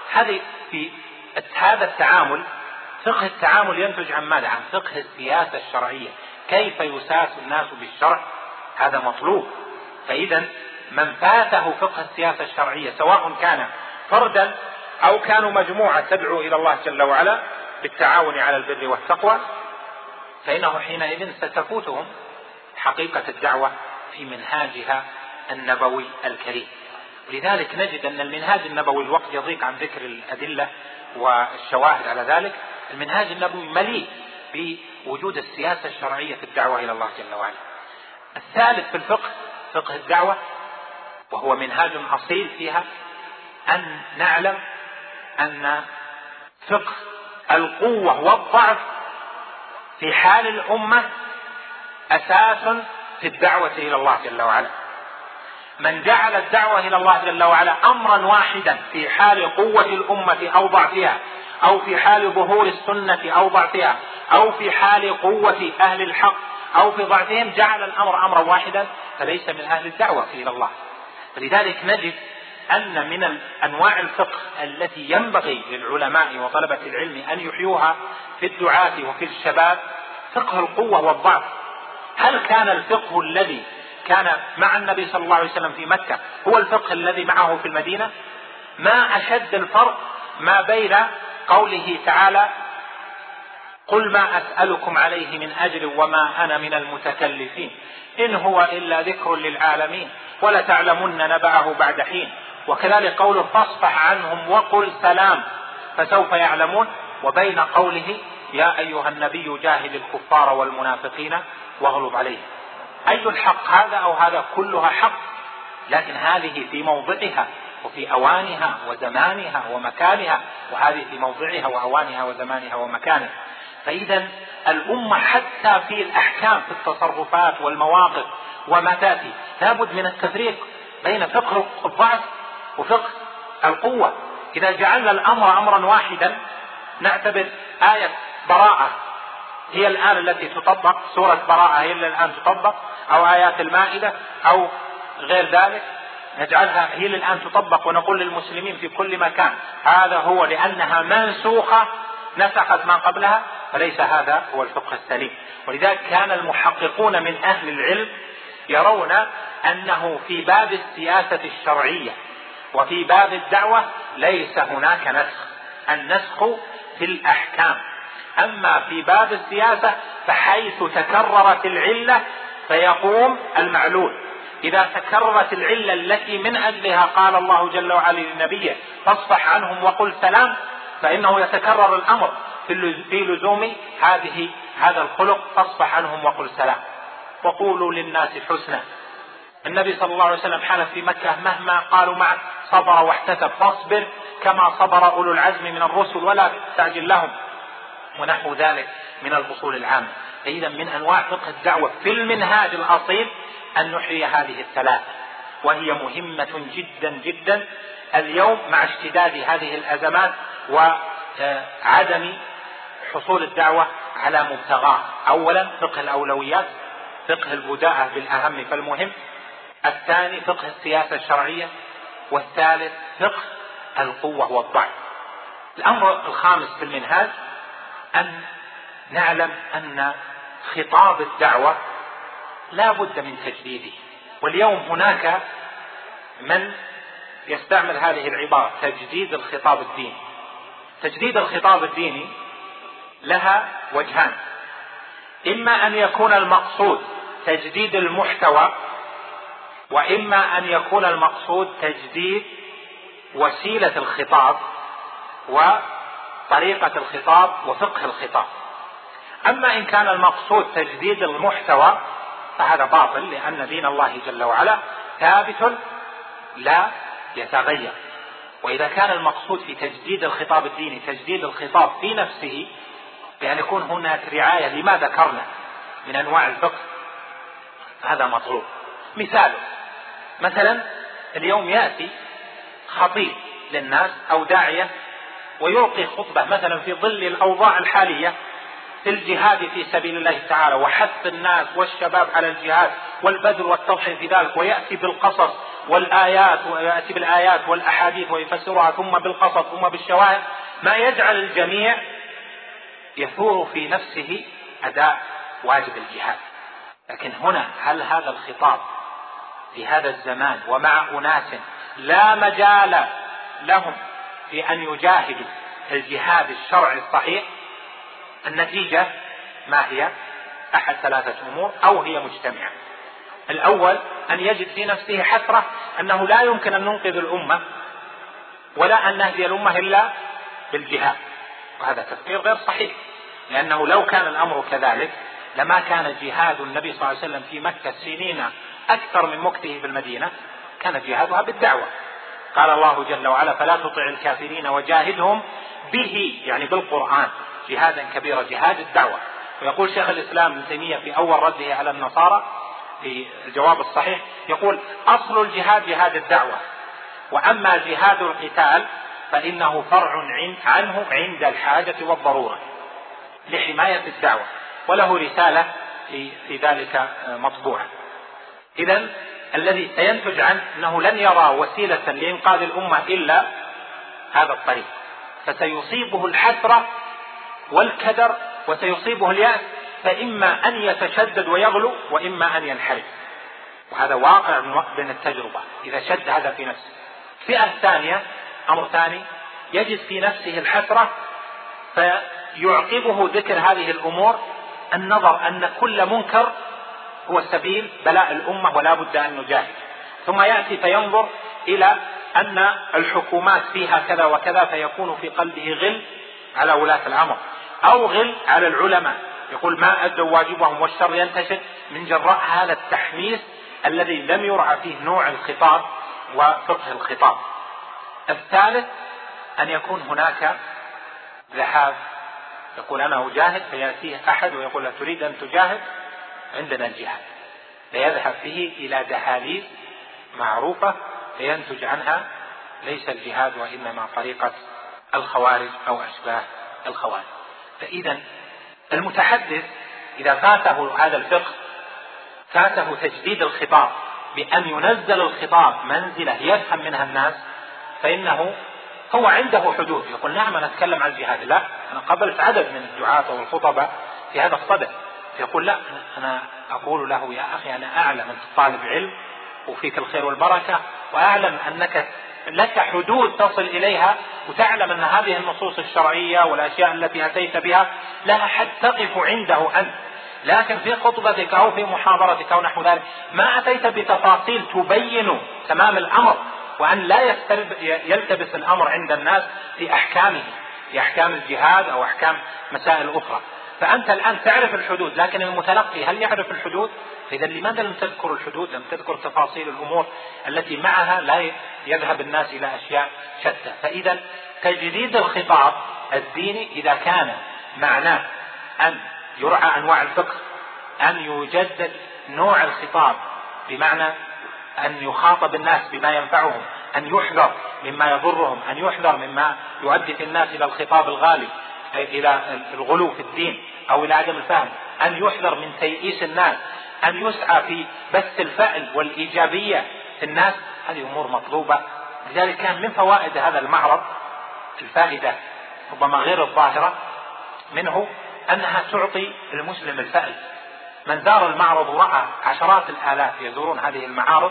هذا التعامل، فقه التعامل ينتج عن ماذا؟ عن فقه السياسة الشرعية، كيف يساس الناس بالشرع، هذا مطلوب. فإذا من فاته فقه السياسة الشرعية سواء كان فردا أو كانوا مجموعة تدعو إلى الله جل وعلا بالتعاون على البر والتقوى، فإنه حينئذ ستفوتهم حقيقة الدعوة في منهاجها النبوي الكريم. ولذلك نجد أن المنهاج النبوي، الوقت يضيق عن ذكر الأدلة والشواهد على ذلك، المنهاج النبوي مليء بوجود السياسة الشرعية في الدعوة إلى الله جل وعلا. الثالث في الفقه فقه الدعوة، وهو منهاج أصيل فيها، أن نعلم أن فقه القوة والضعف في حال الأمة أساس في الدعوة إلى الله جل وعلا. من جعل الدعوة إلى الله جل وعلا أمرا واحدا في حال قوة الأمة أو ضعفها، أو في حال ظهور السنة أو ضعفها، أو في حال قوة أهل الحق أو في ضعفهم، جعل الأمر أمرا واحدا، فليس من أهل الدعوة إلى الله. فلذلك نجد أن من أنواع الفقه التي ينبغي للعلماء وطلبة العلم أن يحيوها في الدعاة وفي الشباب فقه القوة والضعف. هل كان الفقه الذي كان مع النبي صلى الله عليه وسلم في مكة هو الفقه الذي معه في المدينة؟ ما أشد الفرق ما بين قوله تعالى: قل ما أسألكم عليه من أجر وما أنا من المتكلفين إن هو إلا ذكر للعالمين ولتعلمن نبأه بعد حين، وكذلك قوله: فاصفح عنهم وقل سلام فسوف يعلمون، وبين قوله: يا أيها النبي جاهد الكفار والمنافقين واغلظ عليهم. أي الحق هذا أو هذا؟ كلها حق، لكن هذه في موضعها وفي أوانها وزمانها ومكانها، وهذه في موضعها وأوانها وزمانها ومكانها. فإذا الأمة حتى في الأحكام في التصرفات والمواقف وما تأتي لابد من التفريق بين فقه الضعف وفقه القوة. إذا جعلنا الأمر أمرا واحدا، نعتبر آية براءة هي الآن التي تطبق، سورة براءة هي الآن تطبق، أو آيات المائدة أو غير ذلك، نجعلها هي الآن تطبق ونقول للمسلمين في كل مكان هذا هو، لأنها منسوخة نسخت ما قبلها، فليس هذا هو الفقه السليم. ولذلك كان المحققون من أهل العلم يرون أنه في باب السياسة الشرعية وفي باب الدعوة ليس هناك نسخ، النسخ في الأحكام. أما في باب السياسة فحيث تكررت العلة فيقوم المعلول. إذا تكررت العلة التي من أجلها قال الله جل وعلا لنبيه: فاصفح عنهم وقل سلام، فإنه يتكرر الأمر في لزوم هذا الخلق: فاصفح عنهم وقل سلام وقولوا للناس حسنا. النبي صلى الله عليه وسلم حال في مكة مهما قالوا معه صبر واحتسب: فاصبر كما صبر أولو العزم من الرسل ولا تستعجل لهم، ونحو ذلك من الأصول العامة. فإذا من أنواع فقه الدعوة في المنهاج الأصيل أن نحيي هذه الثلاثة، وهي مهمة جدا جدا اليوم مع اشتداد هذه الأزمات وعدم حصول الدعوة على مبتغاه. أولا فقه الأولويات، فقه البداءة بالأهم فالمهم. الثاني فقه السياسة الشرعية. والثالث فقه القوة والضعف. الأمر الخامس في المنهاج أن نعلم أن خطاب الدعوة لا بد من تجديده. واليوم هناك من يستعمل هذه العبارة تجديد الخطاب الديني. تجديد الخطاب الديني لها وجهان: إما أن يكون المقصود تجديد المحتوى، وإما أن يكون المقصود تجديد وسيلة الخطاب وطريقة الخطاب وفقه الخطاب. أما إن كان المقصود تجديد المحتوى فهذا باطل، لأن دين الله جل وعلا ثابت لا يتغير. وإذا كان المقصود في تجديد الخطاب الديني تجديد الخطاب في نفسه، بأن يكون هناك رعاية لما ذكرنا من أنواع الفقه، هذا مطلوب. مثلا اليوم يأتي خطيب للناس أو داعية ويلقي خطبة مثلا في ظل الأوضاع الحالية في الجهاد في سبيل الله تعالى وحث الناس والشباب على الجهاد والبذل والتضحية في ذلك، ويأتي بالقصص والآيات ويأتي بالآيات والأحاديث ويفسرها ثم بالقصص ثم بالشواهد، ما يجعل الجميع يثور في نفسه أداء واجب الجهاد. لكن هنا هل هذا الخطاب في هذا الزمان ومع أناس لا مجال لهم في أن يجاهدوا الجهاد الشرعي الصحيح؟ النتيجة ما هي؟ أحد ثلاثة أمور أو هي مجتمعة. الأول أن يجد في نفسه حسرة أنه لا يمكن أن ننقذ الأمة ولا أن نهدي الأمة إلا بالجهاد، وهذا تفكير غير صحيح، لأنه لو كان الأمر كذلك لما كان جهاد النبي صلى الله عليه وسلم في مكة سنين أكثر من مكثه في المدينة، كان جهادها بالدعوة. قال الله جل وعلا: فلا تطع الكافرين وجاهدهم به، يعني بالقرآن، جهادا كبيرا، جهاد الدعوة. ويقول شيخ الإسلام ابن تيمية في أول رده على النصارى في الجواب الصحيح، يقول: أصل الجهاد جهاد الدعوة، وأما جهاد القتال فإنه فرع عنه عند الحاجة والضرورة لحماية الدعوة، وله رسالة في ذلك مطبوعة. إذن الذي سينتج عنه أنه لن يرى وسيلة لإنقاذ الأمة إلا هذا الطريق، فسيصيبه الحسرة والكدر وسيصيبه اليأس، فإما أن يتشدد ويغلو وإما أن ينحرف، وهذا واقع من التجربة إذا شد هذا في نفسه. فئة ثانية، أمر ثاني، يجد في نفسه الحسرة فيعقبه ذكر هذه الأمور النظر أن كل منكر هو سبيل بلاء الأمة ولا بد أن نجاهد، ثم يأتي فينظر إلى أن الحكومات فيها كذا وكذا، فيكون في قلبه غل على ولاة الأمر أو غل على العلماء، يقول ما أدوا واجبهم والشر ينتشر من جراء هذا التحميس الذي لم يرعى فيه نوع الخطاب وفقه الخطاب. الثالث أن يكون هناك ذهاب، يقول أنا أجاهد، فيأتيه أحد ويقول له تريد أن تجاهد؟ عندنا الجهاد، فيذهب فيه إلى دهاليز معروفة فينتج عنها ليس الجهاد وإنما طريقة الخوارج أو أشباه الخوارج. فإذا المتحدث إذا فاته هذا الفقه، فاته تجديد الخطاب بأن ينزل الخطاب منزلة يفهم منها الناس، فإنه هو عنده حدود، يقول نعم أنا أتكلم عن الجهاد، لا أنا قبلت عدد من الدعاة والخطباء في هذا الصدد، يقول لا أنا أقول له يا أخي أنا أعلم أنت طالب علم وفيك الخير والبركة، وأعلم أنك لك حدود تصل إليها، وتعلم أن هذه النصوص الشرعية والأشياء التي أتيت بها لها حد تقف عنده أنت، لكن في خطبتك أو في محاضرتك أو نحو ذلك ما أتيت بتفاصيل تبين تمام الأمر، وأن لا يلتبس الأمر عند الناس في أحكامه، في أحكام الجهاد أو أحكام مسائل أخرى. فأنت الآن تعرف الحدود، لكن المتلقي هل يعرف الحدود؟ فإذا لماذا لم تذكر الحدود؟ لم تذكر تفاصيل الأمور التي معها لا يذهب الناس إلى أشياء شتى. فإذا تجديد الخطاب الديني إذا كان معناه أن يرعى أنواع الفقه، أن يجدد نوع الخطاب بمعنى أن يخاطب الناس بما ينفعهم، أن يحذر مما يضرهم، أن يحذر مما يؤدي في الناس إلى الخطاب الغالي، إلى الغلو في الدين أو إلى عدم الفهم، أن يحذر من تيئيس الناس، أن يسعى في بث الفعل والإيجابية في الناس، هذه أمور مطلوبة. لذلك كان من فوائد هذا المعرض الفائدة ربما غير الظاهرة منه أنها تعطي المسلم الفائدة. من زار المعرض ورأى عشرات الآلاف يزورون هذه المعارض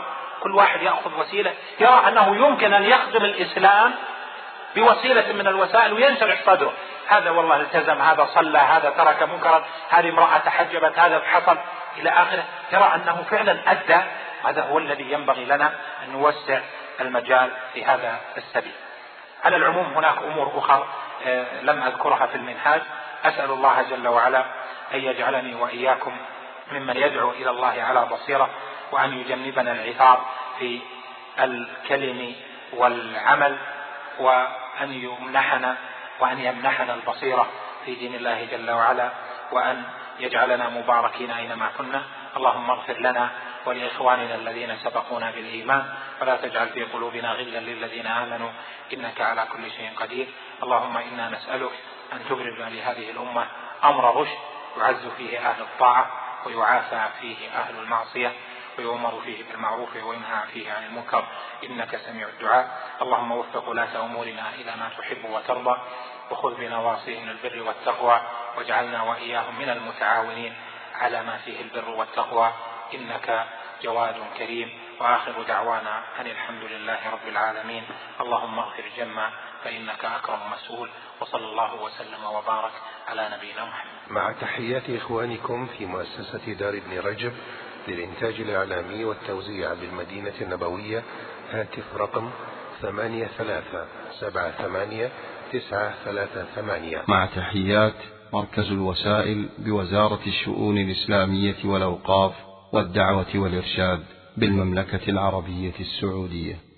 كل واحد يأخذ وسيلة يرى أنه يمكن أن يخدم الإسلام بوسيلة من الوسائل وينشرح صدره، هذا والله التزم، هذا صلى، هذا ترك منكرا، هذه امرأة تحجبت، هذا حصل إلى آخره، يرى أنه فعلا أدى. هذا هو الذي ينبغي لنا أن نوسع المجال في هذا السبيل. على العموم هناك أمور أخرى لم أذكرها في المنهاج، أسأل الله جل وعلا أن يجعلني وإياكم ممن يدعو إلى الله على بصيرة، وأن يجنبنا العثار في الكلم والعمل، وأن يمنحنا البصيرة في دين الله جل وعلا، وأن يجعلنا مباركين أينما كنا. اللهم اغفر لنا ولإخواننا الذين سبقونا بالإيمان، ولا تجعل في قلوبنا غلا للذين آمنوا إنك على كل شيء قدير. اللهم إنا نسألك أن تبرز لهذه الأمة أمر رشد يعز فيه أهل الطاعة ويعافى فيه أهل المعصية، ويؤمر فيه بالمعروف وينهى فيه عن المنكر، إنك سميع الدعاء. اللهم وفق ولاة أمورنا إلى ما تحب وترضى، وخذ بنواصيهم البر والتقوى، واجعلنا وإياهم من المتعاونين على ما فيه البر والتقوى، إنك جواد كريم. وآخر دعوانا أن الحمد لله رب العالمين. اللهم اغفر جما فإنك أكرم مسؤول، وصلى الله وسلم وبارك على نبينا محمد. مع تحيات إخوانكم في مؤسسة دار ابن رجب للإنتاج الإعلامي والتوزيع بالمدينة النبوية، هاتف رقم 83789338. مع تحيات مركز الوسائل بوزارة الشؤون الإسلامية والأوقاف والدعوة والإرشاد بالمملكة العربية السعودية.